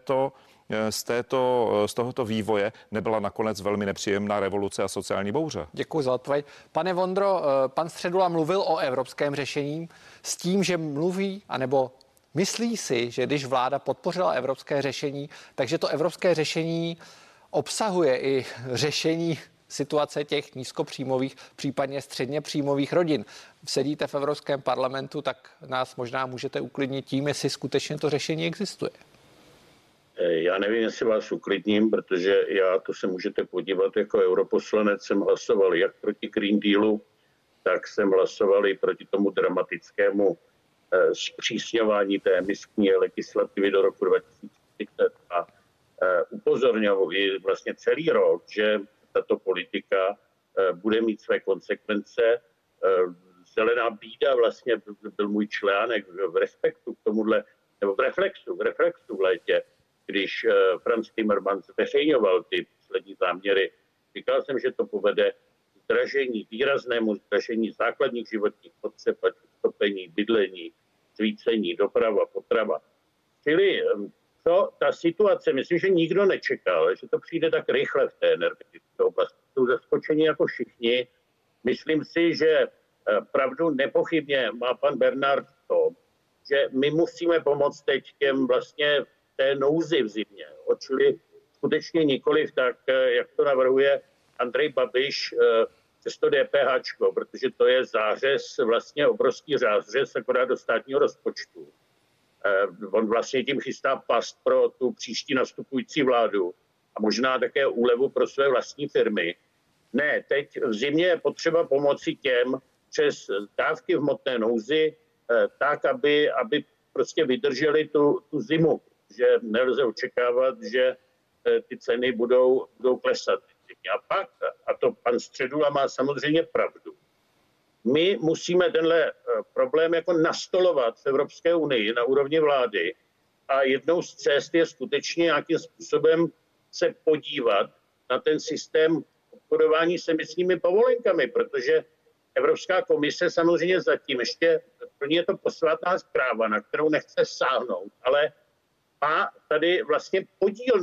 Speaker 7: z tohoto vývoje nebyla nakonec velmi nepříjemná revoluce a sociální bouře.
Speaker 1: Děkuji za odpověď. Pane Vondro, pan Středula mluvil o evropském řešení s tím, že mluví, anebo myslí si, že když vláda podpořila evropské řešení, takže to evropské řešení obsahuje i řešení situace těch nízkopříjmových, případně středně příjmových rodin. Sedíte v Evropském parlamentu, tak nás možná můžete uklidnit tím, jestli skutečně to řešení existuje.
Speaker 8: Já nevím, jestli vás uklidním, protože já, to se můžete podívat, jako europoslanec jsem hlasoval jak proti Green Dealu, tak jsem hlasoval i proti tomu dramatickému zpřísňování té emisní legislativy do roku 2030 a upozorňuji vlastně celý rok, že tato politika bude mít své konsekvence. Zelená bída vlastně byl můj článek v Respektu k tomuhle, nebo v Reflexu v létě, když Franz Timmermans zveřejňoval ty poslední záměry. Říkal jsem, že to povede výraznému zdražení základních životních potřeb, topení, bydlení, svícení, doprava, potrava. Čili ta situace, myslím, že nikdo nečekal, že to přijde tak rychle v té energetické oblasti. Jsou zaskočeni jako všichni. Myslím si, že pravdu nepochybně má pan Bernard v tom, že my musíme pomoct teď těm vlastně té nouzi v zimě. Čili skutečně nikoliv tak, jak to navrhuje Andrej Babiš, přes to DPH, protože to je zářez, vlastně obrovský zářez, akorát do státního rozpočtu. On vlastně tím chystá past pro tu příští nastupující vládu a možná také úlevu pro své vlastní firmy. Ne, teď v zimě je potřeba pomoci těm přes dávky v hmotné nouzi, tak, aby prostě vydrželi tu zimu, že nelze očekávat, že ty ceny budou klesat. A pak, a to pan Středula má samozřejmě pravdu, my musíme tenhle problém jako nastolovat v Evropské unii na úrovni vlády a jednou z cest je skutečně nějakým způsobem se podívat na ten systém obchodování s emisními povolenkami, protože Evropská komise samozřejmě zatím ještě, plně je to posvátná zpráva, na kterou nechce sáhnout, ale má tady vlastně podíl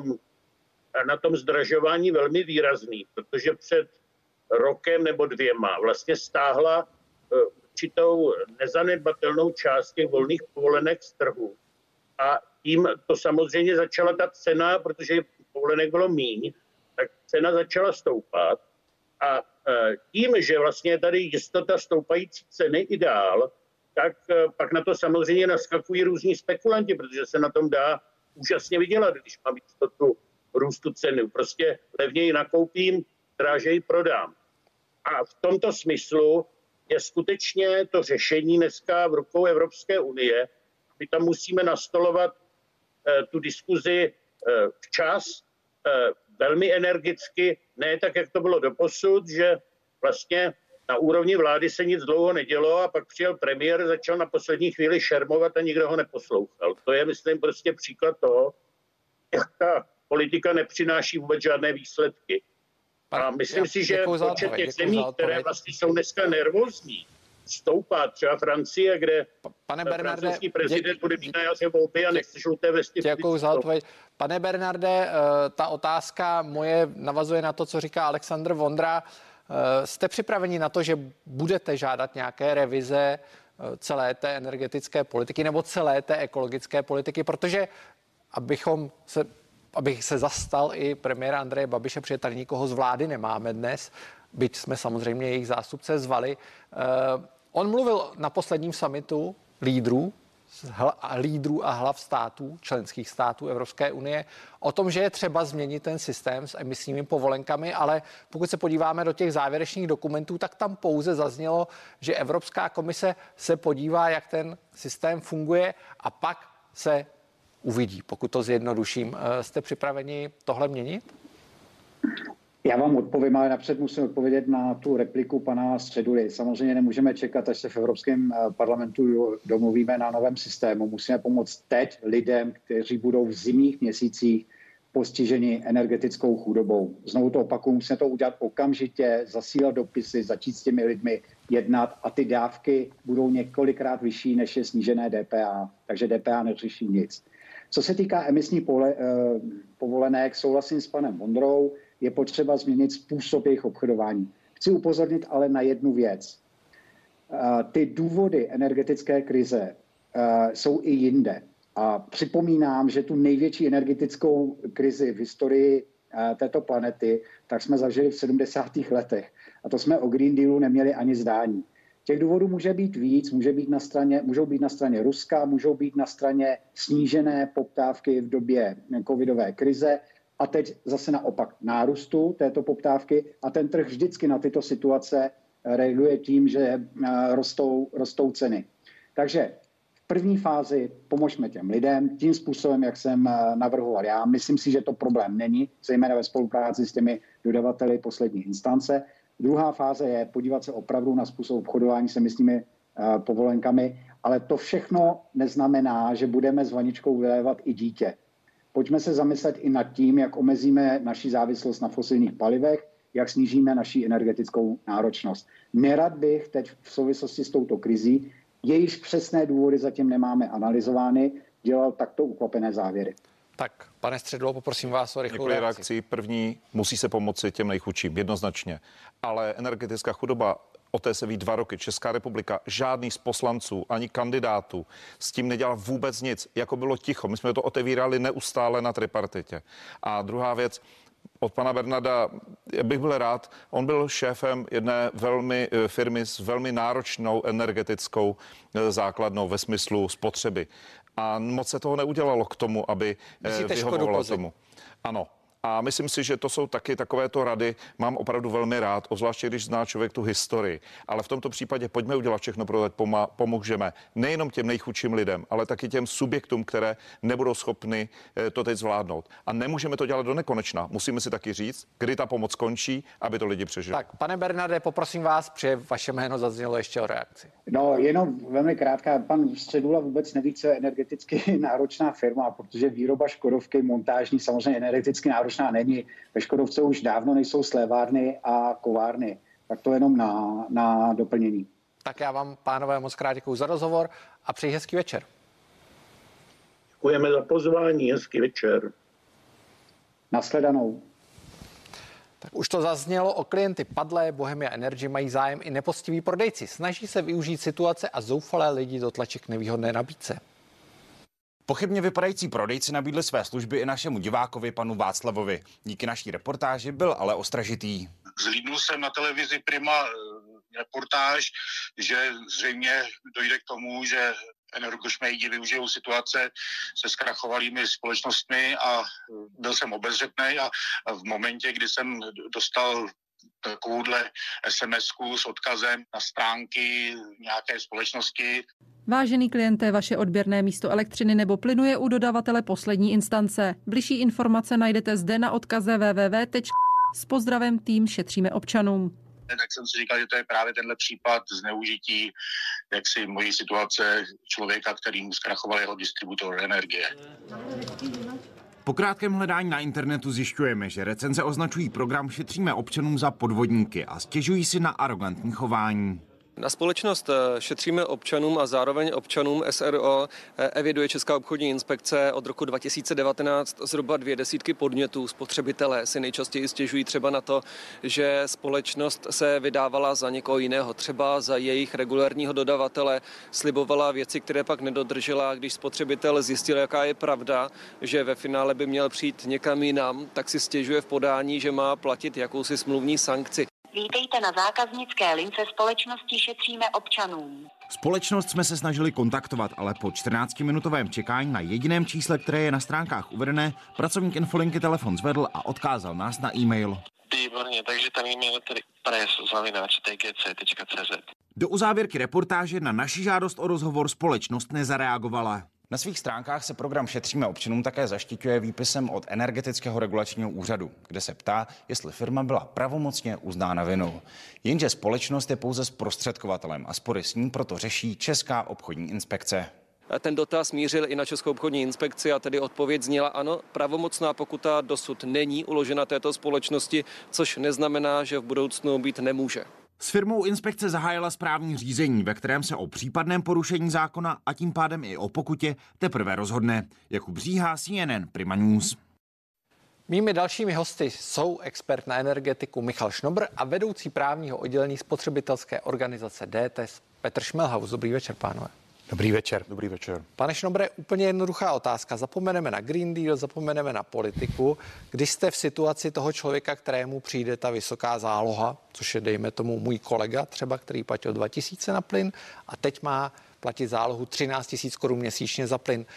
Speaker 8: na tom zdražování velmi výrazný, protože před rokem nebo 2 vlastně stáhla určitou nezanedbatelnou část těch volných povolenek z trhu. A tím to samozřejmě začala ta cena, protože povolenek bylo míň, tak cena začala stoupat. A tím, že vlastně je tady jistota stoupající ceny i dál, tak pak na to samozřejmě naskakují různí spekulanti, protože se na tom dá úžasně vydělat, když mám jistotu růstu ceny. Prostě levněji nakoupím, drážeji prodám. A v tomto smyslu je skutečně to řešení dneska v rukou Evropské unie. My tam musíme nastolovat tu diskuzi včas, velmi energicky, ne tak, jak to bylo doposud, že vlastně na úrovni vlády se nic dlouho nedělo a pak přijel premiér, začal na poslední chvíli šermovat a nikdo ho neposlouchal. To je, myslím, prostě příklad toho, jak ta politika nepřináší vůbec žádné výsledky. A myslím si, že počet těch zemí, které vlastně jsou dneska nervózní, stoupá třeba Francie, kde francouzský prezident bude mít na jaře volby a nechce žluté vesty.
Speaker 1: Děkuji za odpověď. Pane Bernarde, ta otázka moje navazuje na to, co říká Alexandr Vondra. Jste připraveni na to, že budete žádat nějaké revize celé té energetické politiky nebo celé té ekologické politiky, protože abych se zastal i premiéra Andreje Babiše, protože tady nikoho z vlády nemáme dnes, byť jsme samozřejmě jejich zástupce zvali. On mluvil na posledním summitu lídrů a hlav států, členských států Evropské unie, o tom, že je třeba změnit ten systém s emisními povolenkami, ale pokud se podíváme do těch závěrečných dokumentů, tak tam pouze zaznělo, že Evropská komise se podívá, jak ten systém funguje a pak se uvidí, pokud to zjednoduším. Jste připraveni tohle měnit?
Speaker 12: Já vám odpovím, ale napřed musím odpovědět na tu repliku pana Středuly. Samozřejmě nemůžeme čekat, až se v Evropském parlamentu domluvíme na novém systému. Musíme pomoct teď lidem, kteří budou v zimních měsících postiženi energetickou chudobou. Znovu to opakuju, musíme to udělat okamžitě, zasílat dopisy, začít s těmi lidmi jednat a ty dávky budou několikrát vyšší, než je snížené DPH. Takže DPH neřeší nic. Co se týká emisní povolenek, souhlasím s panem Vondrou, je potřeba změnit způsob jejich obchodování. Chci upozornit ale na jednu věc. Ty důvody energetické krize jsou i jinde. A připomínám, že tu největší energetickou krizi v historii této planety, tak jsme zažili v 70. letech. A to jsme o Green Dealu neměli ani zdání. Těch důvodů může být víc, můžou být na straně Ruska, můžou být na straně snížené poptávky v době covidové krize a teď zase naopak nárůstu této poptávky a ten trh vždycky na tyto situace reaguje tím, že rostou ceny. Takže v první fázi pomožme těm lidem tím způsobem, jak jsem navrhoval já. Myslím si, že to problém není, zejména ve spolupráci s těmi dodavateli poslední instance. Druhá fáze je podívat se opravdu na způsob obchodování s emisními povolenkami, ale to všechno neznamená, že budeme s vaničkou vylévat i dítě. Pojďme se zamyslet i nad tím, jak omezíme naši závislost na fosilních palivech, jak snížíme naši energetickou náročnost. Nerad bych teď v souvislosti s touto krizí, jejíž přesné důvody zatím nemáme analyzovány, dělal takto ukvapené závěry.
Speaker 1: Tak, pane Středulo, poprosím vás o rychlou reakci.
Speaker 7: První, musí se pomoci těm nejchudším, jednoznačně. Ale energetická chudoba, o té se ví 2 roky. Česká republika, žádný z poslanců, ani kandidátů s tím nedělal vůbec nic. Jako bylo ticho. My jsme to otevírali neustále na tripartitě. A druhá věc, od pana Bernarda bych byl rád. On byl šéfem jedné firmy s velmi náročnou energetickou základnou ve smyslu spotřeby. A moc se toho neudělalo k tomu, aby vyhovovalo tomu. Ano. A myslím si, že to jsou taky takovéto rady, mám opravdu velmi rád, obzvláště když zná člověk tu historii. Ale v tomto případě pojďme udělat všechno pro to, pomůžeme nejenom těm nejchudším lidem, ale taky těm subjektům, které nebudou schopny to teď zvládnout. A nemůžeme to dělat do nekonečna. Musíme si taky říct, kdy ta pomoc končí, aby to lidi přežili.
Speaker 1: Tak, pane Bernarde, poprosím vás, protože vaše jméno zaznělo ještě o reakci.
Speaker 12: No, jenom velmi krátká. Pan Středula vůbec neví, co je energeticky náročná firma, protože výroba Škodovky montážní samozřejmě energeticky náročná není. Ve Škodovce už dávno nejsou slévárny a kovárny. Tak to jenom na doplnění.
Speaker 1: Tak já vám, pánové, moc krát děkuji za rozhovor a přeji hezký večer.
Speaker 8: Děkujeme za pozvání, hezký večer.
Speaker 12: Nashledanou.
Speaker 1: Tak už to zaznělo, o klienty Padlé Bohemia Energy mají zájem i nepoctiví prodejci. Snaží se využít situace a zoufalé lidi dotlačit k nevýhodné nabídce.
Speaker 13: Pochybně vypadající prodejci nabídli své služby i našemu divákovi panu Václavovi. Díky naší reportáži byl ale ostražitý.
Speaker 14: Zhlídnul jsem na televizi Prima reportáž, že zřejmě dojde k tomu, že energošmejdi využijou situace se zkrachovalými společnostmi a byl jsem obezřetný a v momentě, kdy jsem dostal takovouhle SMS-ku s odkazem na stránky nějaké společnosti.
Speaker 23: Vážený kliente, vaše odběrné místo elektřiny nebo plynu je u dodavatele poslední instance. Bližší informace najdete zde na odkaze www. S pozdravem tým Šetříme občanům.
Speaker 14: Tak jsem si říkal, že to je právě tenhle případ zneužití jaksi mojí situace člověka, kterým zkrachoval jeho distributor energie.
Speaker 13: Po krátkém hledání na internetu zjišťujeme, že recenze označují program Šetříme občanům za podvodníky a stěžují si na arrogantní chování.
Speaker 24: Na společnost Šetříme občanům a zároveň občanům SRO eviduje Česká obchodní inspekce od roku 2019 zhruba 200 podnětů. Spotřebitelé si nejčastěji stěžují třeba na to, že společnost se vydávala za někoho jiného, třeba za jejich regulárního dodavatele, slibovala věci, které pak nedodržela. Když spotřebitel zjistil, jaká je pravda, že ve finále by měl přijít někam jinam, tak si stěžuje v podání, že má platit jakousi smluvní sankci.
Speaker 25: Vítejte na zákaznické lince společnosti Šetříme občanům.
Speaker 13: Společnost jsme se snažili kontaktovat, ale po 14-minutovém čekání na jediném čísle, které je na stránkách uvedené, pracovník infolinky telefon zvedl a odkázal nás na e-mail.
Speaker 25: Výborně, takže ten e-mail je tedy press@tgc.cz.
Speaker 13: Do uzávěrky reportáže na naši žádost o rozhovor společnost nezareagovala. Na svých stránkách se program Šetříme občanům také zaštiťuje výpisem od Energetického regulačního úřadu, kde se ptá, jestli firma byla pravomocně uznána vinou. Jenže společnost je pouze zprostředkovatelem a spory s ním proto řeší Česká obchodní inspekce.
Speaker 24: Ten dotaz mířil i na Českou obchodní inspekci a tedy odpověď zněla ano, pravomocná pokuta dosud není uložena této společnosti, což neznamená, že v budoucnu být nemůže.
Speaker 13: S firmou inspekce zahájila správní řízení, ve kterém se o případném porušení zákona a tím pádem i o pokutě teprve rozhodne. Jakub Bříha, CNN Prima News.
Speaker 1: Mými dalšími hosty jsou expert na energetiku Michal Šnobr a vedoucí právního oddělení spotřebitelské organizace DTES Petr Šmelhaus. Dobrý večer, pánové.
Speaker 26: Dobrý večer. Dobrý večer.
Speaker 1: Pane Šnobre, úplně jednoduchá otázka. Zapomeneme na Green Deal, zapomeneme na politiku. Když jste v situaci toho člověka, kterému přijde ta vysoká záloha, což je, dejme tomu, můj kolega třeba, který platil 2000 na plyn a teď má platit zálohu 13 000 korun měsíčně za plyn.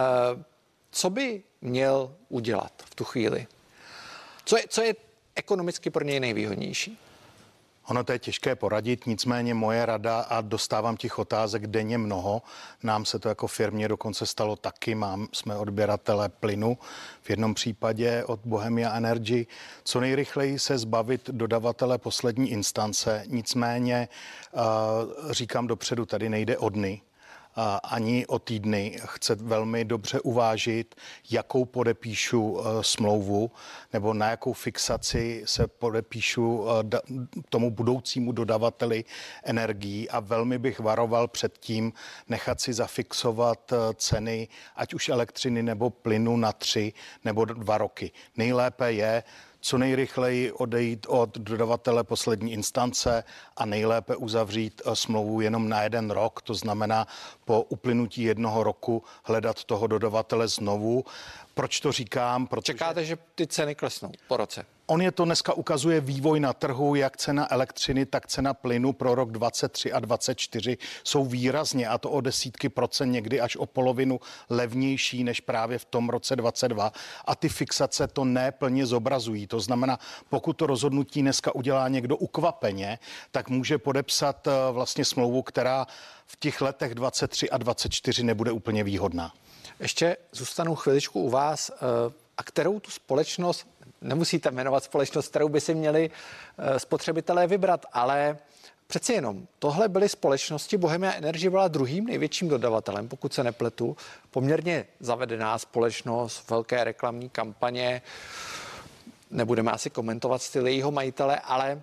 Speaker 1: Co by měl udělat v tu chvíli? Co je ekonomicky pro něj nejvýhodnější?
Speaker 26: Ono to je těžké poradit, nicméně moje rada, a dostávám těch otázek denně mnoho, nám se to jako firmě dokonce stalo taky, jsme odběratele plynu, v jednom případě od Bohemia Energy, co nejrychleji se zbavit dodavatele poslední instance, nicméně říkám dopředu, tady nejde o dny, ani o týdny. Chce velmi dobře uvážit, jakou podepíšu smlouvu nebo na jakou fixaci se podepíšu tomu budoucímu dodavateli energií a velmi bych varoval před tím nechat si zafixovat ceny ať už elektřiny nebo plynu na 3 nebo 2 roky. Nejlépe je co nejrychleji odejít od dodavatele poslední instance a nejlépe uzavřít smlouvu jenom na 1 rok, to znamená po uplynutí 1 roku hledat toho dodavatele znovu. Proč to říkám?
Speaker 1: Čekáte, že ty ceny klesnou po roce?
Speaker 26: On je to dneska ukazuje vývoj na trhu, jak cena elektřiny, tak cena plynu pro rok 23 a 24 jsou výrazně, a to o desítky procent, někdy až o polovinu levnější než právě v tom roce 22. A ty fixace to neplně zobrazují. To znamená, pokud to rozhodnutí dneska udělá někdo ukvapeně, tak může podepsat vlastně smlouvu, která v těch letech 23 a 24 nebude úplně výhodná.
Speaker 1: Ještě zůstanu chviličku u vás. A kterou tu společnost, nemusíte jmenovat společnost, kterou by si měli spotřebitelé vybrat, ale přeci jenom tohle byly společnosti, Bohemia Energy byla druhým největším dodavatelem, pokud se nepletu, poměrně zavedená společnost, velké reklamní kampaně, nebudeme asi komentovat styl jejího majitele, ale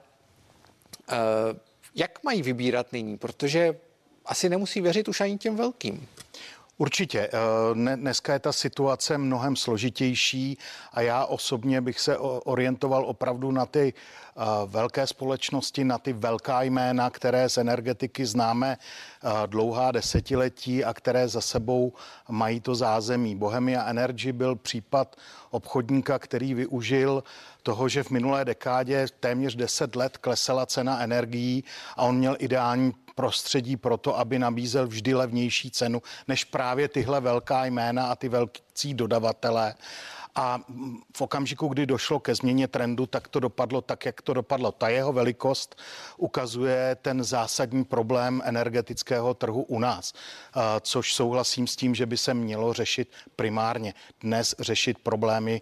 Speaker 1: jak mají vybírat nyní, protože asi nemusí věřit už ani těm velkým.
Speaker 26: Určitě. Dneska je ta situace mnohem složitější a já osobně bych se orientoval opravdu na ty velké společnosti, na ty velká jména, které z energetiky známe dlouhá desetiletí a které za sebou mají to zázemí. Bohemia Energy byl případ obchodníka, který využil toho, že v minulé dekádě téměř 10 let klesala cena energií a on měl ideální prostředí pro to, aby nabízel vždy levnější cenu než právě tyhle velká jména a ty velcí dodavatelé. A v okamžiku, kdy došlo ke změně trendu, tak to dopadlo tak, jak to dopadlo. Ta jeho velikost ukazuje ten zásadní problém energetického trhu u nás, což souhlasím s tím, že by se mělo řešit primárně. Dnes řešit problémy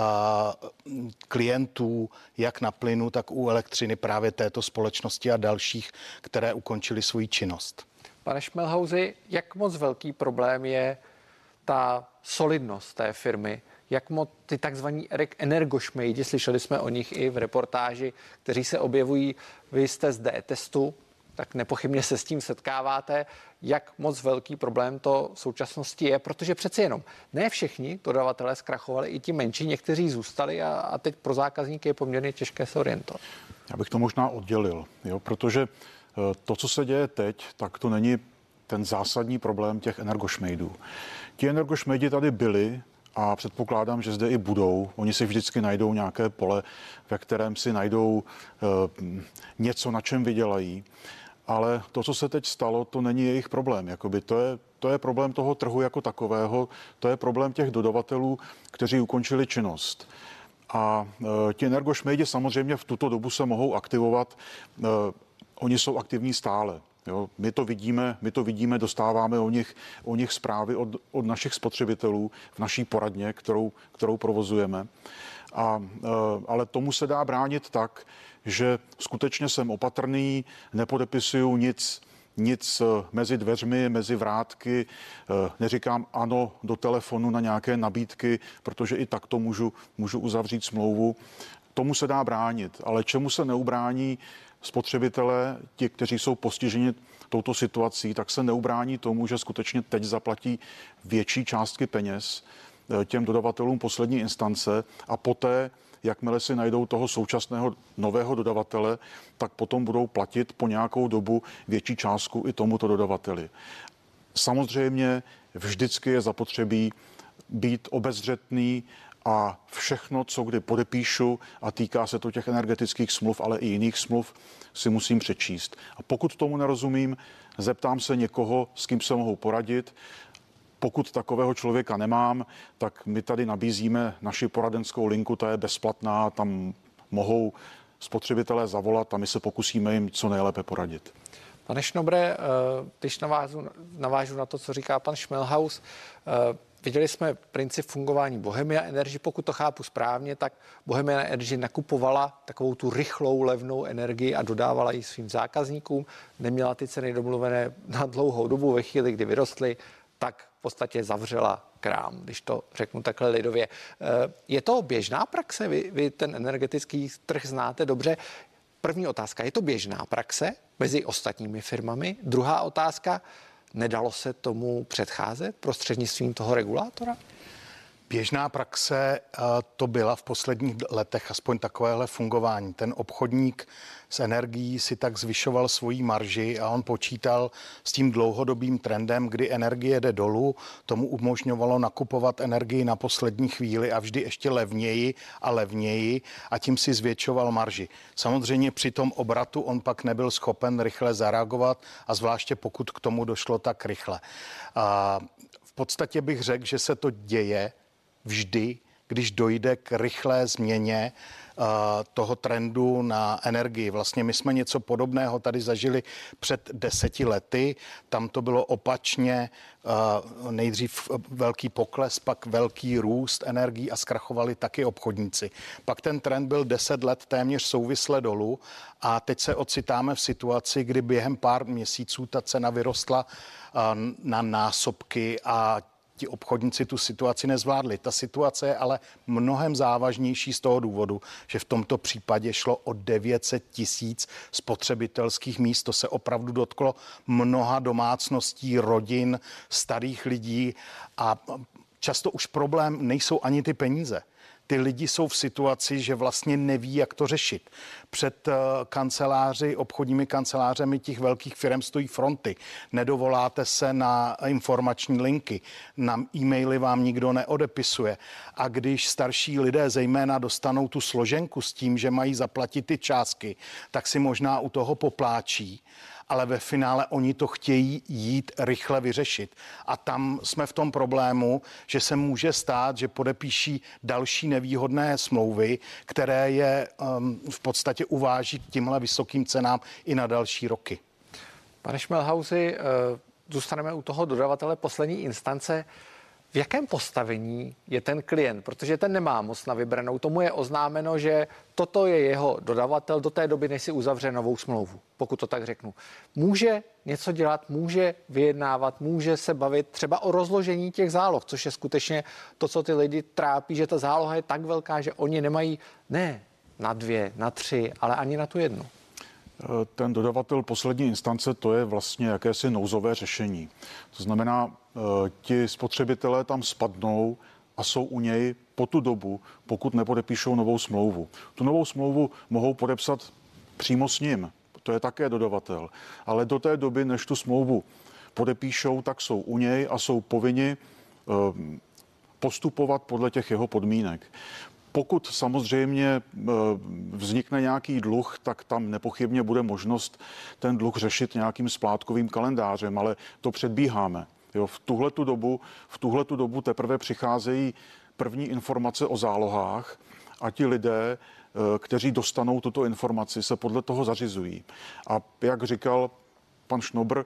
Speaker 26: klientů, jak na plynu, tak u elektřiny právě této společnosti a dalších, které ukončily svoji činnost.
Speaker 1: Pane Šmelhausi, jak moc velký problém je ta solidnost té firmy? Jak moc ty takzvaní energošmejdi, slyšeli jsme o nich i v reportáži, kteří se objevují, vy jste z D-testu, tak nepochybně se s tím setkáváte, jak moc velký problém to v současnosti je, protože přeci jenom ne všichni dodavatelé zkrachovali, i ti menší, někteří zůstali a teď pro zákazníky je poměrně těžké se orientovat.
Speaker 7: Já bych to možná oddělil, protože to, co se děje teď, tak to není ten zásadní problém těch energošmejdů. Ti energošmejdi tady byli a předpokládám, že zde i budou. Oni si vždycky najdou nějaké pole, ve kterém si najdou něco, na čem vydělají. Ale to, co se teď stalo, to není jejich problém. Jakoby to je problém toho trhu jako takového, to je problém těch dodavatelů, kteří ukončili činnost. A ti energošmejdi samozřejmě v tuto dobu se mohou aktivovat. Oni jsou aktivní stále. Jo, my to vidíme, dostáváme o nich zprávy od našich spotřebitelů v naší poradně, kterou provozujeme. Ale tomu se dá bránit tak, že skutečně jsem opatrný, nepodepisuju nic mezi dveřmi, mezi vrátky, neříkám ano do telefonu na nějaké nabídky, protože i takto můžu uzavřít smlouvu. Tomu se dá bránit, ale čemu se neubrání spotřebitelé, ti, kteří jsou postiženi touto situací, tak se neubrání tomu, že skutečně teď zaplatí větší částky peněz těm dodavatelům poslední instance a poté, jakmile si najdou toho současného nového dodavatele, tak potom budou platit po nějakou dobu větší částku i tomuto dodavateli. Samozřejmě vždycky je zapotřebí být obezřetný a všechno, co kdy podepíšu, a týká se to těch energetických smluv, ale i jiných smluv, si musím přečíst. A pokud tomu nerozumím, zeptám se někoho, s kým se mohu poradit. Pokud takového člověka nemám, tak my tady nabízíme naši poradenskou linku, ta je bezplatná, tam mohou spotřebitelé zavolat a my se pokusíme jim co nejlépe poradit.
Speaker 1: Pane Šnobre, když navážu na to, co říká pan Šmelhaus, viděli jsme princip fungování Bohemia Energy. Pokud to chápu správně, tak Bohemia Energy nakupovala takovou tu rychlou, levnou energii a dodávala ji svým zákazníkům. Neměla ty ceny domluvené na dlouhou dobu. Ve chvíli, kdy vyrostly, tak v podstatě zavřela krám, když to řeknu takhle lidově. Je to běžná praxe? Vy ten energetický trh znáte dobře. První otázka, je to běžná praxe mezi ostatními firmami? Druhá otázka, nedalo se tomu předcházet prostřednictvím toho regulátora?
Speaker 26: Běžná praxe to byla v posledních letech aspoň takovéhle fungování. Ten obchodník s energií si tak zvyšoval svoji marži a on počítal s tím dlouhodobým trendem, kdy energie jde dolů. Tomu umožňovalo nakupovat energii na poslední chvíli a vždy ještě levněji a levněji a tím si zvětšoval marži. Samozřejmě při tom obratu on pak nebyl schopen rychle zareagovat a zvláště pokud k tomu došlo tak rychle. V podstatě bych řekl, že se to děje vždy, když dojde k rychlé změně toho trendu na energii. Vlastně my jsme něco podobného tady zažili před 10 lety. Tam to bylo opačně, nejdřív velký pokles, pak velký růst energií a zkrachovali taky obchodníci. Pak ten trend byl 10 let téměř souvisle dolů a teď se ocitáme v situaci, kdy během pár měsíců ta cena vyrostla na násobky a ti obchodníci tu situaci nezvládli. Ta situace je ale mnohem závažnější z toho důvodu, že v tomto případě šlo o 900 000 spotřebitelských míst. To se opravdu dotklo mnoha domácností, rodin, starých lidí a často už problém nejsou ani ty peníze. Ty lidi jsou v situaci, že vlastně neví, jak to řešit. Před obchodními kancelářemi těch velkých firm stojí fronty. Nedovoláte se na informační linky. Na e-maily vám nikdo neodepisuje. A když starší lidé zejména dostanou tu složenku s tím, že mají zaplatit ty částky, tak si možná u toho popláčí. Ale ve finále oni to chtějí jít rychle vyřešit. A tam jsme v tom problému, že se může stát, že podepíší další nevýhodné smlouvy, které je v podstatě uváží k tímhle vysokým cenám i na další roky.
Speaker 1: Pane Šmelhausi, zůstaneme u toho dodavatele poslední instance. V jakém postavení je ten klient? Protože ten nemá moc na vybranou. Tomu je oznámeno, že toto je jeho dodavatel do té doby, než si uzavře novou smlouvu, pokud to tak řeknu. Může něco dělat, může vyjednávat, může se bavit třeba o rozložení těch záloh, což je skutečně to, co ty lidi trápí, že ta záloha je tak velká, že oni nemají ne na 2, na 3, ale ani na tu 1.
Speaker 7: Ten dodavatel poslední instance, to je vlastně jakési nouzové řešení. To znamená, ti spotřebitelé tam spadnou a jsou u něj po tu dobu, pokud nepodepíšou novou smlouvu. Tu novou smlouvu mohou podepsat přímo s ním, to je také dodavatel. Ale do té doby, než tu smlouvu podepíšou, tak jsou u něj a jsou povinni postupovat podle těch jeho podmínek. Pokud samozřejmě vznikne nějaký dluh, tak tam nepochybně bude možnost ten dluh řešit nějakým splátkovým kalendářem, ale to předbíháme. Jo, v tuhletu dobu teprve přicházejí první informace o zálohách a ti lidé, kteří dostanou tuto informaci, se podle toho zařizují. A jak říkal pan Šnobr,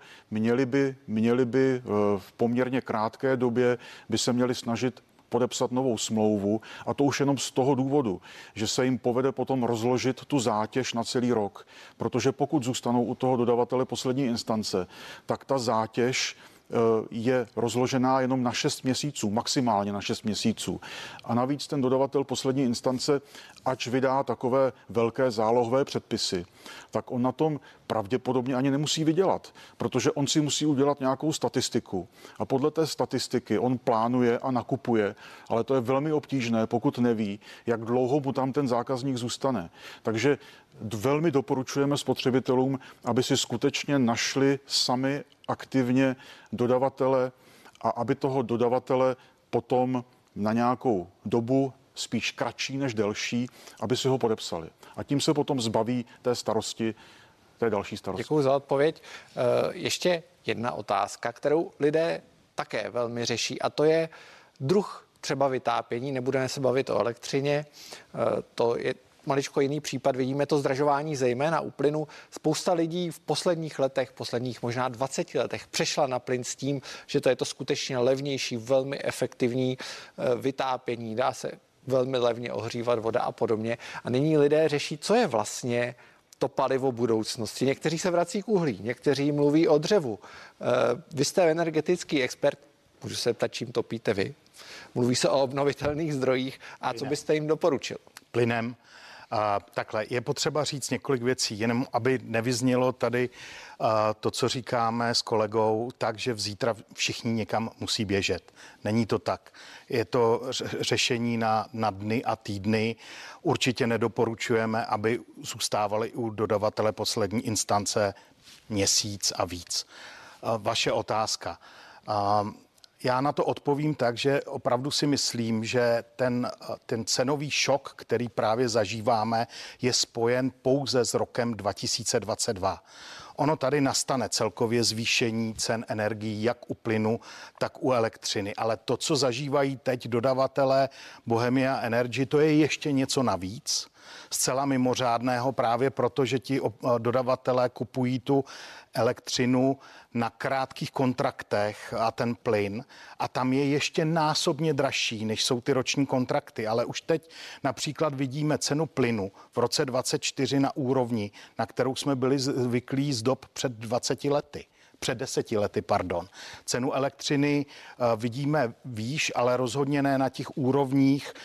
Speaker 7: měli by v poměrně krátké době by se měli snažit podepsat novou smlouvu a to už jenom z toho důvodu, že se jim povede potom rozložit tu zátěž na celý rok. Protože pokud zůstanou u toho dodavatele poslední instance, tak ta zátěž je rozložená jenom na 6 měsíců, maximálně na 6 měsíců. A navíc ten dodavatel poslední instance, ač vydá takové velké zálohové předpisy, tak on na tom pravděpodobně ani nemusí vydělat, protože on si musí udělat nějakou statistiku a podle té statistiky on plánuje a nakupuje, ale to je velmi obtížné, pokud neví, jak dlouho mu tam ten zákazník zůstane. Takže velmi doporučujeme spotřebitelům, aby si skutečně našli sami aktivně dodavatele a aby toho dodavatele potom na nějakou dobu, spíš kratší než delší, aby si ho podepsali. A tím se potom zbaví té starosti, té další starosti.
Speaker 1: Děkuji za odpověď. Ještě jedna otázka, kterou lidé také velmi řeší, a to je druh třeba vytápění. Nebudeme se bavit o elektřině, to je maličko jiný případ, vidíme to zdražování zejména u plynu. Spousta lidí v posledních letech, posledních možná 20 letech přešla na plyn s tím, že to je to skutečně levnější, velmi efektivní vytápění, dá se velmi levně ohřívat voda a podobně. A nyní lidé řeší, co je vlastně to palivo budoucnosti. Někteří se vrací k uhlí, někteří mluví o dřevu. Vy jste energetický expert, můžu se ptat, čím topíte vy? Mluví se o obnovitelných zdrojích a co byste jim doporučil?
Speaker 26: Plynem. Takhle, je potřeba říct několik věcí, jenom aby nevyznělo tady to, co říkáme s kolegou, tak, že zítra všichni někam musí běžet. Není to tak. Je to řešení na dny a týdny. Určitě nedoporučujeme, aby zůstávali u dodavatele poslední instance měsíc a víc. Vaše otázka. Já na to odpovím tak, že opravdu si myslím, že ten cenový šok, který právě zažíváme, je spojen pouze s rokem 2022. Ono tady nastane celkově zvýšení cen energií jak u plynu, tak u elektřiny. Ale to, co zažívají teď dodavatelé Bohemia Energy, to je ještě něco navíc, zcela mimořádného, právě proto, že ti dodavatelé kupují tu elektřinu na krátkých kontraktech a ten plyn a tam je ještě násobně dražší, než jsou ty roční kontrakty. Ale už teď například vidíme cenu plynu v roce 2024 na úrovni, na kterou jsme byli zvyklí z dob před 20 lety. Před 10 lety, pardon. Cenu elektřiny vidíme výš, ale rozhodně ne na těch úrovních,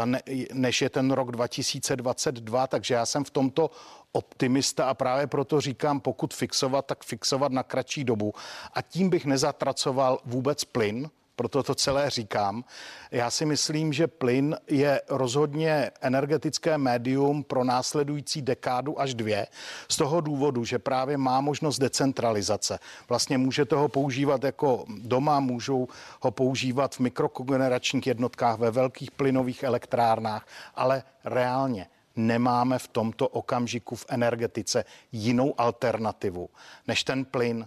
Speaker 26: než je ten rok 2022, takže já jsem v tomto optimista a právě proto říkám, pokud fixovat, tak fixovat na kratší dobu. A tím bych nezatracoval vůbec plyn, proto to celé říkám. Já si myslím, že plyn je rozhodně energetické médium pro následující dekádu až 2. Z toho důvodu, že právě má možnost decentralizace. Vlastně můžete ho používat jako doma, můžou ho používat v mikrokogeneračních jednotkách, ve velkých plynových elektrárnách, ale reálně nemáme v tomto okamžiku v energetice jinou alternativu než ten plyn,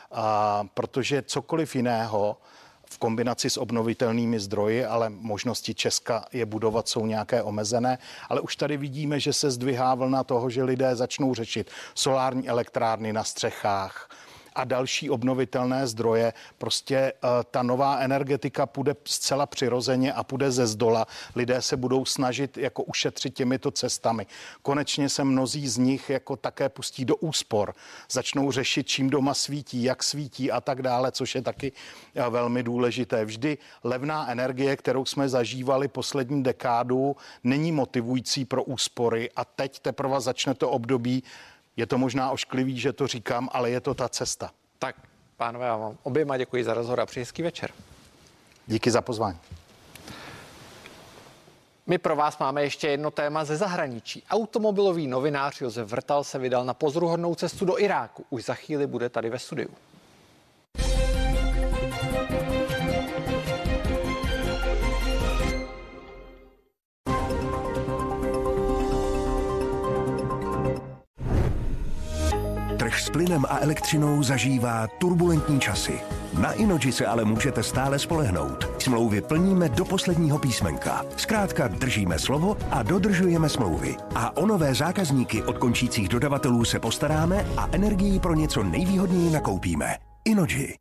Speaker 26: protože cokoliv jiného v kombinaci s obnovitelnými zdroji, ale možnosti Česka je budovat jsou nějaké omezené, ale už tady vidíme, že se zdvihá vlna toho, že lidé začnou řešit solární elektrárny na střechách a další obnovitelné zdroje. Prostě ta nová energetika půjde zcela přirozeně a půjde ze zdola. Lidé se budou snažit jako ušetřit těmito cestami. Konečně se mnozí z nich jako také pustí do úspor. Začnou řešit, čím doma svítí, jak svítí a tak dále, což je taky velmi důležité. Vždy levná energie, kterou jsme zažívali poslední dekádu, není motivující pro úspory a teď teprve začne to období. Je to možná ošklivý, že to říkám, ale je to ta cesta.
Speaker 1: Tak, pánové, já vám oběma děkuji za rozhovor a přeji hezký večer.
Speaker 26: Díky za pozvání.
Speaker 1: My pro vás máme ještě jedno téma ze zahraničí. Automobilový novinář Josef Vrtal se vydal na pozoruhodnou cestu do Iráku. Už za chvíli bude tady ve studiu.
Speaker 2: Trh s plynem a elektřinou zažívá turbulentní časy. Na Innogy se ale můžete stále spolehnout. Smlouvy plníme do posledního písmenka. Zkrátka držíme slovo a dodržujeme smlouvy. A o nové zákazníky od končících dodavatelů se postaráme a energii pro něco nejvýhodněji nakoupíme. Innogy.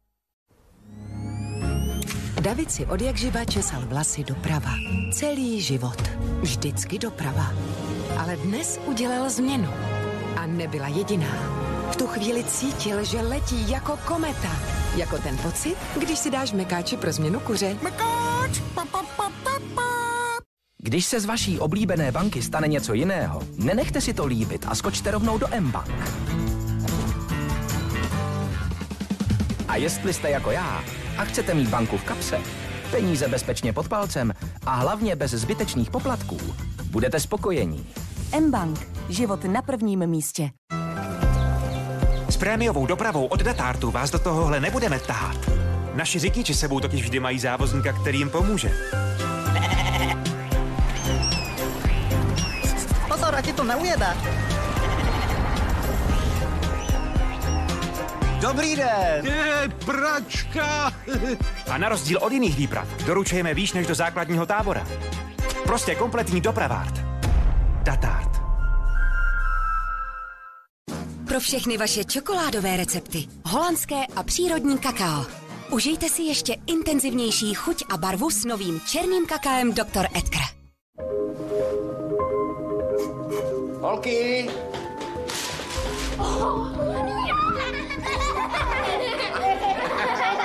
Speaker 3: David si odjakživa česal vlasy doprava. Celý život. Vždycky doprava. Ale dnes udělal změnu. A nebyla jediná. V tu chvíli cítil, že letí jako kometa. Jako ten pocit, když si dáš mekáči pro změnu kuře. Mekáč!
Speaker 5: Když se z vaší oblíbené banky stane něco jiného, nenechte si to líbit a skočte rovnou do mBank. A jestli jste jako já a chcete mít banku v kapse, peníze bezpečně pod palcem a hlavně bez zbytečných poplatků, budete spokojení.
Speaker 3: mBank. Život na prvním místě.
Speaker 15: S prémiovou dopravou od Datartu vás do tohohle nebudeme tahat. Naši řidiči sebou totiž vždy mají závozníka, který jim pomůže.
Speaker 16: Pozor, ať ti to neujede.
Speaker 15: Dobrý den! Pračka! A na rozdíl od jiných výprav doručujeme výš než do základního tábora. Prostě kompletní dopravárt. Datart.
Speaker 3: Pro všechny vaše čokoládové recepty. Holandské a přírodní kakao. Užijte si ještě intenzivnější chuť a barvu s novým černým kakaem Dr. Edgar.
Speaker 15: Holky!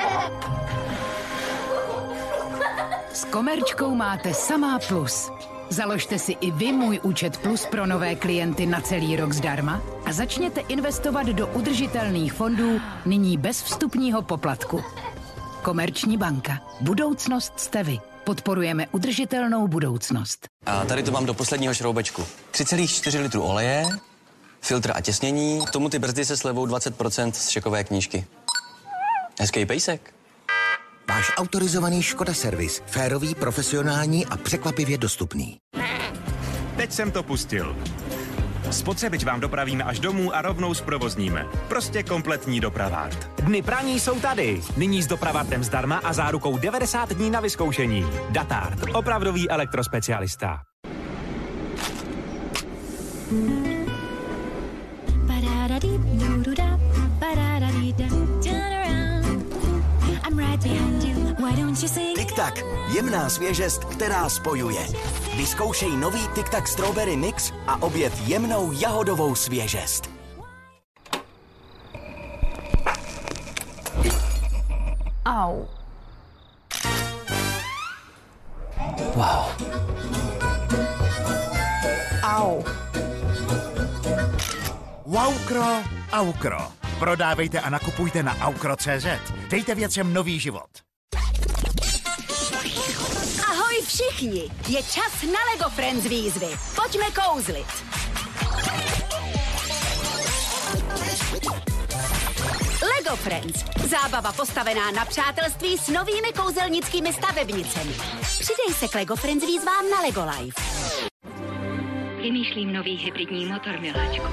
Speaker 19: S Komerčkou máte samá plus.
Speaker 4: Založte si i vy můj účet Plus pro nové klienty na celý rok zdarma a začněte investovat do udržitelných fondů nyní bez vstupního poplatku. Komerční banka. Budoucnost jste vy. Podporujeme udržitelnou budoucnost.
Speaker 16: A tady to mám do posledního šroubečku. 3,4 litru oleje, filtr a těsnění, k tomu ty brzdy se slevou 20% z šekové knížky. Hezký pejsek.
Speaker 18: Váš autorizovaný Škoda servis. Férový, profesionální a překvapivě dostupný.
Speaker 15: Teď jsem to pustil. Spotřebič vám dopravíme až domů a rovnou zprovozníme. Prostě kompletní Dopravárt. Dny praní jsou tady. Nyní s Dopravártem zdarma a zárukou 90 dní na vyzkoušení. Datard. Opravdový elektrospecialista.
Speaker 18: Tic-tac, jemná svěžest, která spojuje. Vyzkoušej nový Tic-tac Strawberry Mix a objev jemnou jahodovou svěžest.
Speaker 19: Au.
Speaker 18: Wow.
Speaker 19: Au.
Speaker 20: Wowkro, Aukro. Prodávejte a nakupujte na aukro.cz. Dejte věcem nový život.
Speaker 22: Ahoj všichni, je čas na Lego Friends výzvy. Pojďme kouzlit. Lego Friends. Zábava postavená na přátelství s novými kouzelnickými stavebnicemi. Přidej se k Lego Friends výzvám na Lego Life.
Speaker 27: Vymýšlím nový hybridní motor, miláčku.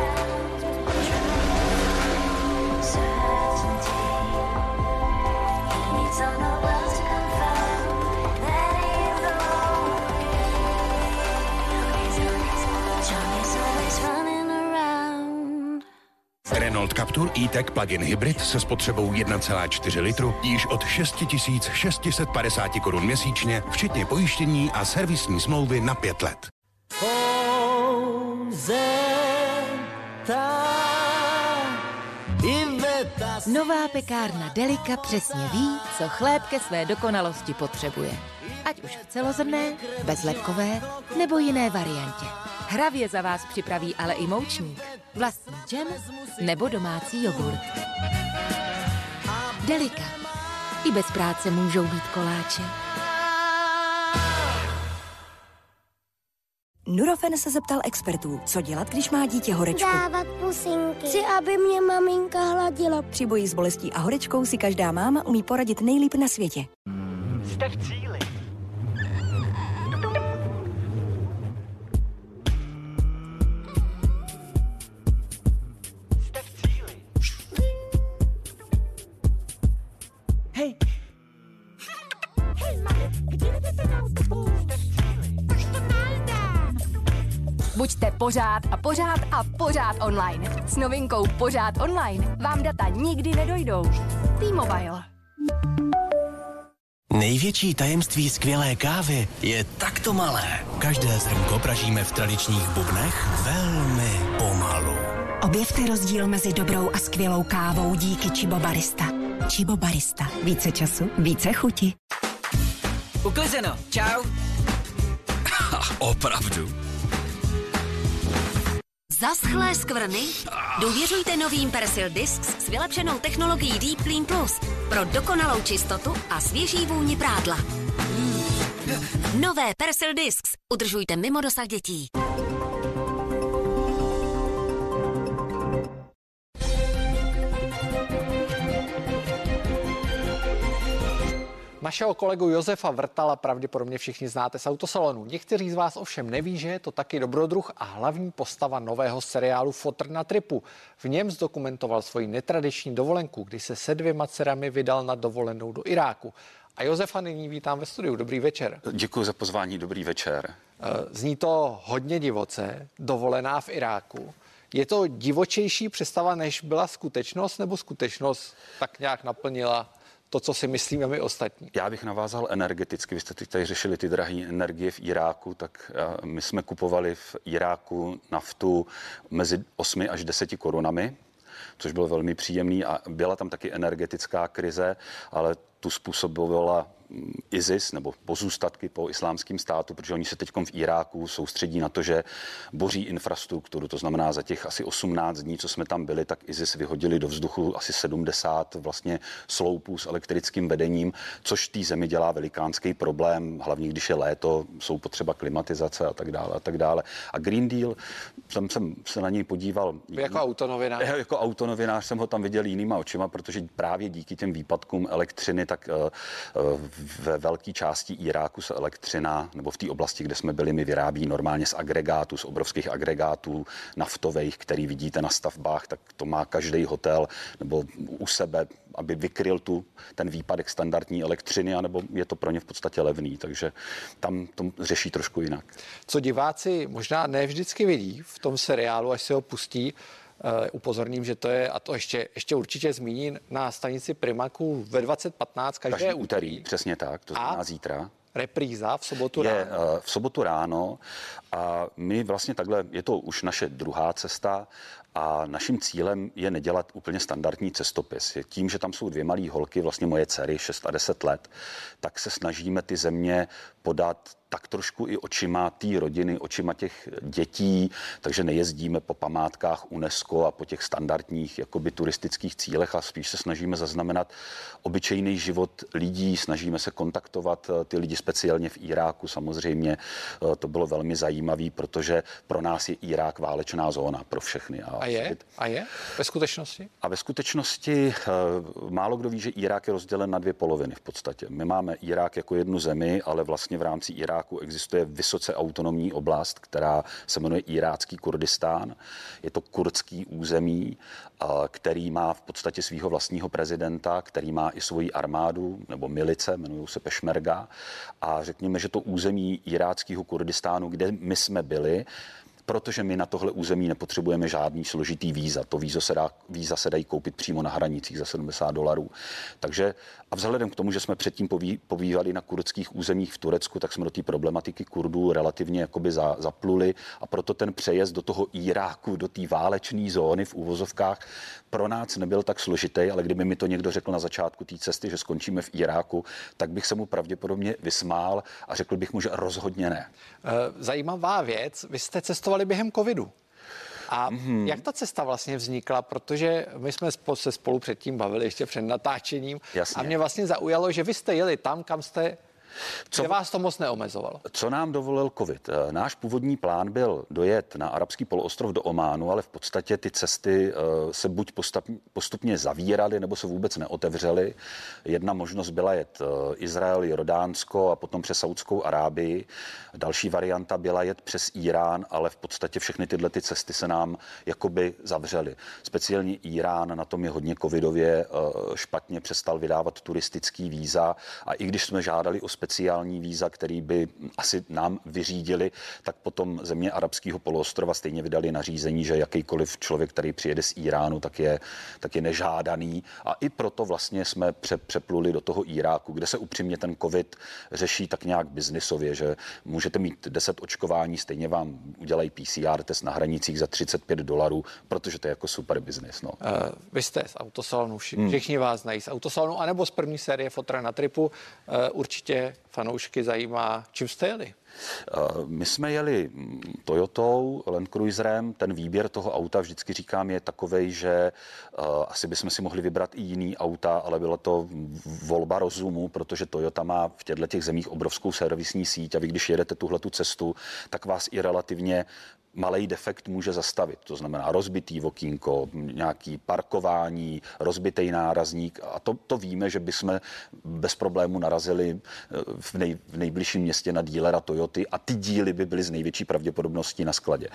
Speaker 2: Renault Captur E-Tech plug-in hybrid se spotřebou 1,4 litru již od 6 650 korun měsíčně, včetně pojištění a servisní smlouvy na 5 let.
Speaker 28: Nová pekárna Delika přesně ví, co chléb ke své dokonalosti potřebuje. Ať už v celozrnné, bezlepkové nebo jiné variantě. Hravě za vás připraví ale i moučník, vlastní džem nebo domácí jogurt. Delika. I bez práce můžou být koláče.
Speaker 29: Nurofen se zeptal expertů, co dělat, když má dítě horečku.
Speaker 30: Dávat pusinky. Chci, aby mě maminka hladila.
Speaker 29: Při boji s bolestí a horečkou si každá máma umí poradit nejlíp na světě.
Speaker 20: Jste v cíli.
Speaker 29: Hej.
Speaker 31: Buďte pořád a pořád a pořád online. S novinkou Pořád online vám data nikdy nedojdou. T-Mobile.
Speaker 18: Největší tajemství skvělé kávy je takto malé. Každé zrnko pražíme v tradičních bubnech velmi pomalu.
Speaker 29: Objevte rozdíl mezi dobrou a skvělou kávou díky Chibo Barista. Chibo Barista. Více času, více chuti.
Speaker 5: Uklizeno. Čau.
Speaker 18: Opravdu?
Speaker 22: Zaschlé skvrny? Důvěřujte novým Persil Discs s vylepšenou technologií Deep Clean Plus pro dokonalou čistotu a svěží vůni prádla. Nové Persil Discs. Udržujte mimo dosah dětí.
Speaker 1: Našeho kolegu Josefa Vrtala pravděpodobně všichni znáte z Autosalonu. Někteří z vás ovšem neví, že je to taky dobrodruh a hlavní postava nového seriálu Fotr na tripu. V něm zdokumentoval svoji netradiční dovolenku, kdy se se 2 dcerami vydal na dovolenou do Iráku. A Josefa nyní vítám ve studiu. Dobrý večer.
Speaker 32: Děkuji za pozvání, dobrý večer.
Speaker 1: Zní to hodně divoce, dovolená v Iráku. Je to divočejší představa, než byla skutečnost, nebo skutečnost tak nějak naplnila to, co si myslíme my ostatní?
Speaker 32: Já bych navázal energeticky. Vy jste tady řešili ty drahé energie v Iráku, tak my jsme kupovali v Iráku naftu mezi 8 až 10 korunami, což bylo velmi příjemný a byla tam taky energetická krize, ale tu způsobovala ISIS nebo pozůstatky po islámském státu, protože oni se teď v Iráku soustředí na to, že boří infrastrukturu, to znamená za těch asi 18 dní, co jsme tam byli, tak ISIS vyhodili do vzduchu asi 70 vlastně sloupů s elektrickým vedením, což té zemi dělá velikánský problém, hlavně když je léto, jsou potřeba klimatizace a tak dále a tak dále. A Green Deal, jsem se na něj podíval.
Speaker 1: Jako autonovinář?
Speaker 32: Jako autonovinář jsem ho tam viděl jinýma očima, protože právě díky těm výpadkům elektřiny, tak ve velké části Iráku se elektřina, nebo v té oblasti, kde jsme byli, my vyrábí normálně z agregátů, z obrovských agregátů naftových, který vidíte na stavbách, tak to má každý hotel nebo u sebe, aby vykryl ten výpadek standardní elektřiny, anebo je to pro ně v podstatě levný, takže tam to řeší trošku jinak.
Speaker 1: Co diváci možná ne vždycky vidí v tom seriálu, až se ho pustí, upozorním, že to je, a to ještě určitě zmíní na stanici Primaku ve 20:15 každé úterý.
Speaker 32: Přesně tak, to znamená zítra.
Speaker 1: Repríza v sobotu ráno.
Speaker 32: V sobotu ráno a my vlastně takhle, je to už naše druhá cesta a naším cílem je nedělat úplně standardní cestopis. Tím, že tam jsou dvě malé holky, vlastně moje dcery, 6 a 10 let, tak se snažíme ty země podat tak trošku i očima té rodiny, očima těch dětí, takže nejezdíme po památkách UNESCO a po těch standardních jakoby turistických cílech a spíš se snažíme zaznamenat obyčejný život lidí, snažíme se kontaktovat ty lidi speciálně v Iráku samozřejmě. To bylo velmi zajímavé, protože pro nás je Irák válečná zóna pro všechny.
Speaker 1: A je? Ve skutečnosti?
Speaker 32: A ve skutečnosti málo kdo ví, že Irák je rozdělen na dvě poloviny v podstatě. My máme Irák jako jednu zemi, ale vlastně v rámci Iráku existuje vysoce autonomní oblast, která se jmenuje Irácký Kurdistán. Je to kurdský území, který má v podstatě svého vlastního prezidenta, který má i svoji armádu nebo milice, jmenují se Pešmerga. A řekněme, že to území Iráckého Kurdistánu, kde my jsme byli, protože my na tohle území nepotřebujeme žádný složitý víza. To víza se dají koupit přímo na hranicích za $70. Takže a vzhledem k tomu, že jsme předtím pobývali na kurdských územích v Turecku, tak jsme do té problematiky Kurdů relativně jakoby zapluli a proto ten přejezd do toho Iráku, do té válečné zóny v úvozovkách pro nás nebyl tak složitý, ale kdyby mi to někdo řekl na začátku té cesty, že skončíme v Iráku, tak bych se mu pravděpodobně vysmál a řekl bych mu, že rozhodně ne.
Speaker 1: Zajímavá věc, vy jste cestovali během covidu. A jak ta cesta vlastně vznikla, protože my jsme se spolu předtím bavili ještě před natáčením.
Speaker 32: Jasně.
Speaker 1: A mě vlastně zaujalo, že vy jste jeli tam, kam jste... Co vás to moc neomezovalo?
Speaker 32: Co nám dovolil covid? Náš původní plán byl dojet na arabský poloostrov do Ománu, ale v podstatě ty cesty se buď postupně zavíraly, nebo se vůbec neotevřely. Jedna možnost byla jet Izrael, Jordánsko a potom přes Saudskou Arábii. Další varianta byla jet přes Irán, ale v podstatě všechny tyhle ty cesty se nám jakoby zavřely. Speciálně Irán na tom je hodně covidově špatně, přestal vydávat turistický víza a i když jsme žádali o speciální víza, který by asi nám vyřídili, tak potom země arabského poloostrova stejně vydali nařízení, že jakýkoliv člověk, který přijede z Iránu, tak je nežádaný. A i proto vlastně jsme přepluli do toho Iráku, kde se upřímně ten covid řeší tak nějak biznisově, že můžete mít 10 očkování, stejně vám udělají PCR test na hranicích za $35, protože to je jako super biznis. No.
Speaker 1: Vy jste z autosalonu, všichni vás znají z autosalonu, anebo z první série Fotra na tripu. Určitě fanoušky zajímá, čím jste jeli?
Speaker 32: My jsme jeli Toyotou, Land Cruiserem. Ten výběr toho auta, vždycky říkám, je takovej, že asi bychom si mohli vybrat i jiný auta, ale byla to volba rozumu, protože Toyota má v těchto zemích obrovskou servisní síť a vy, když jedete tuhletu cestu, tak vás i relativně malej defekt může zastavit. To znamená rozbitý okýnko, nějaký parkování, rozbitý nárazník a to víme, že bychom bez problému narazili v nejbližším městě na dílera Toyoty a ty díly by byly z největší pravděpodobností na skladě.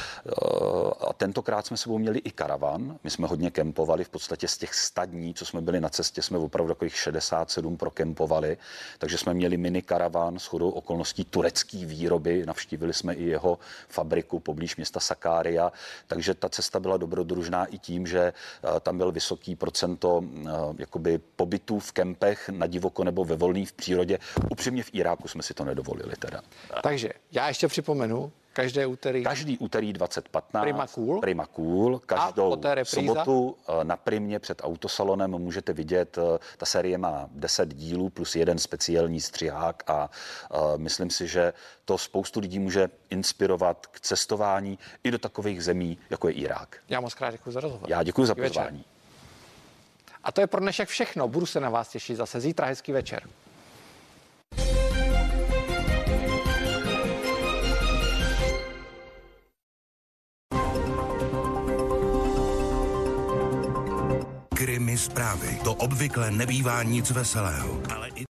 Speaker 32: A tentokrát jsme sebou měli i karavan. My jsme hodně kempovali, v podstatě z těch 100 dní, co jsme byli na cestě, jsme opravdu takových 67 prokempovali, takže jsme měli mini karavan shodou okolností turecký výroby, navštívili jsme i jeho fabriku poblíž města Sakária, takže ta cesta byla dobrodružná i tím, že tam byl vysoký procento jakoby pobytů v kempech na divoko nebo ve volný v přírodě. Upřímně v Iráku jsme si to nedovolili teda.
Speaker 1: Takže já ještě připomenu, Každý
Speaker 32: úterý 20:15.
Speaker 1: Prima
Speaker 32: Cool. Každou sobotu na Primě před autosalonem můžete vidět, ta série má 10 dílů plus jeden speciální střihák a myslím si, že to spoustu lidí může inspirovat k cestování i do takových zemí, jako je Irák.
Speaker 1: Já moc krát děkuji za rozhovor.
Speaker 32: Já děkuji za pozvání.
Speaker 1: A to je pro dnešek všechno. Budu se na vás těšit zase zítra. Hezký večer.
Speaker 2: Krimi zprávy. To obvykle nebývá nic veselého, ale i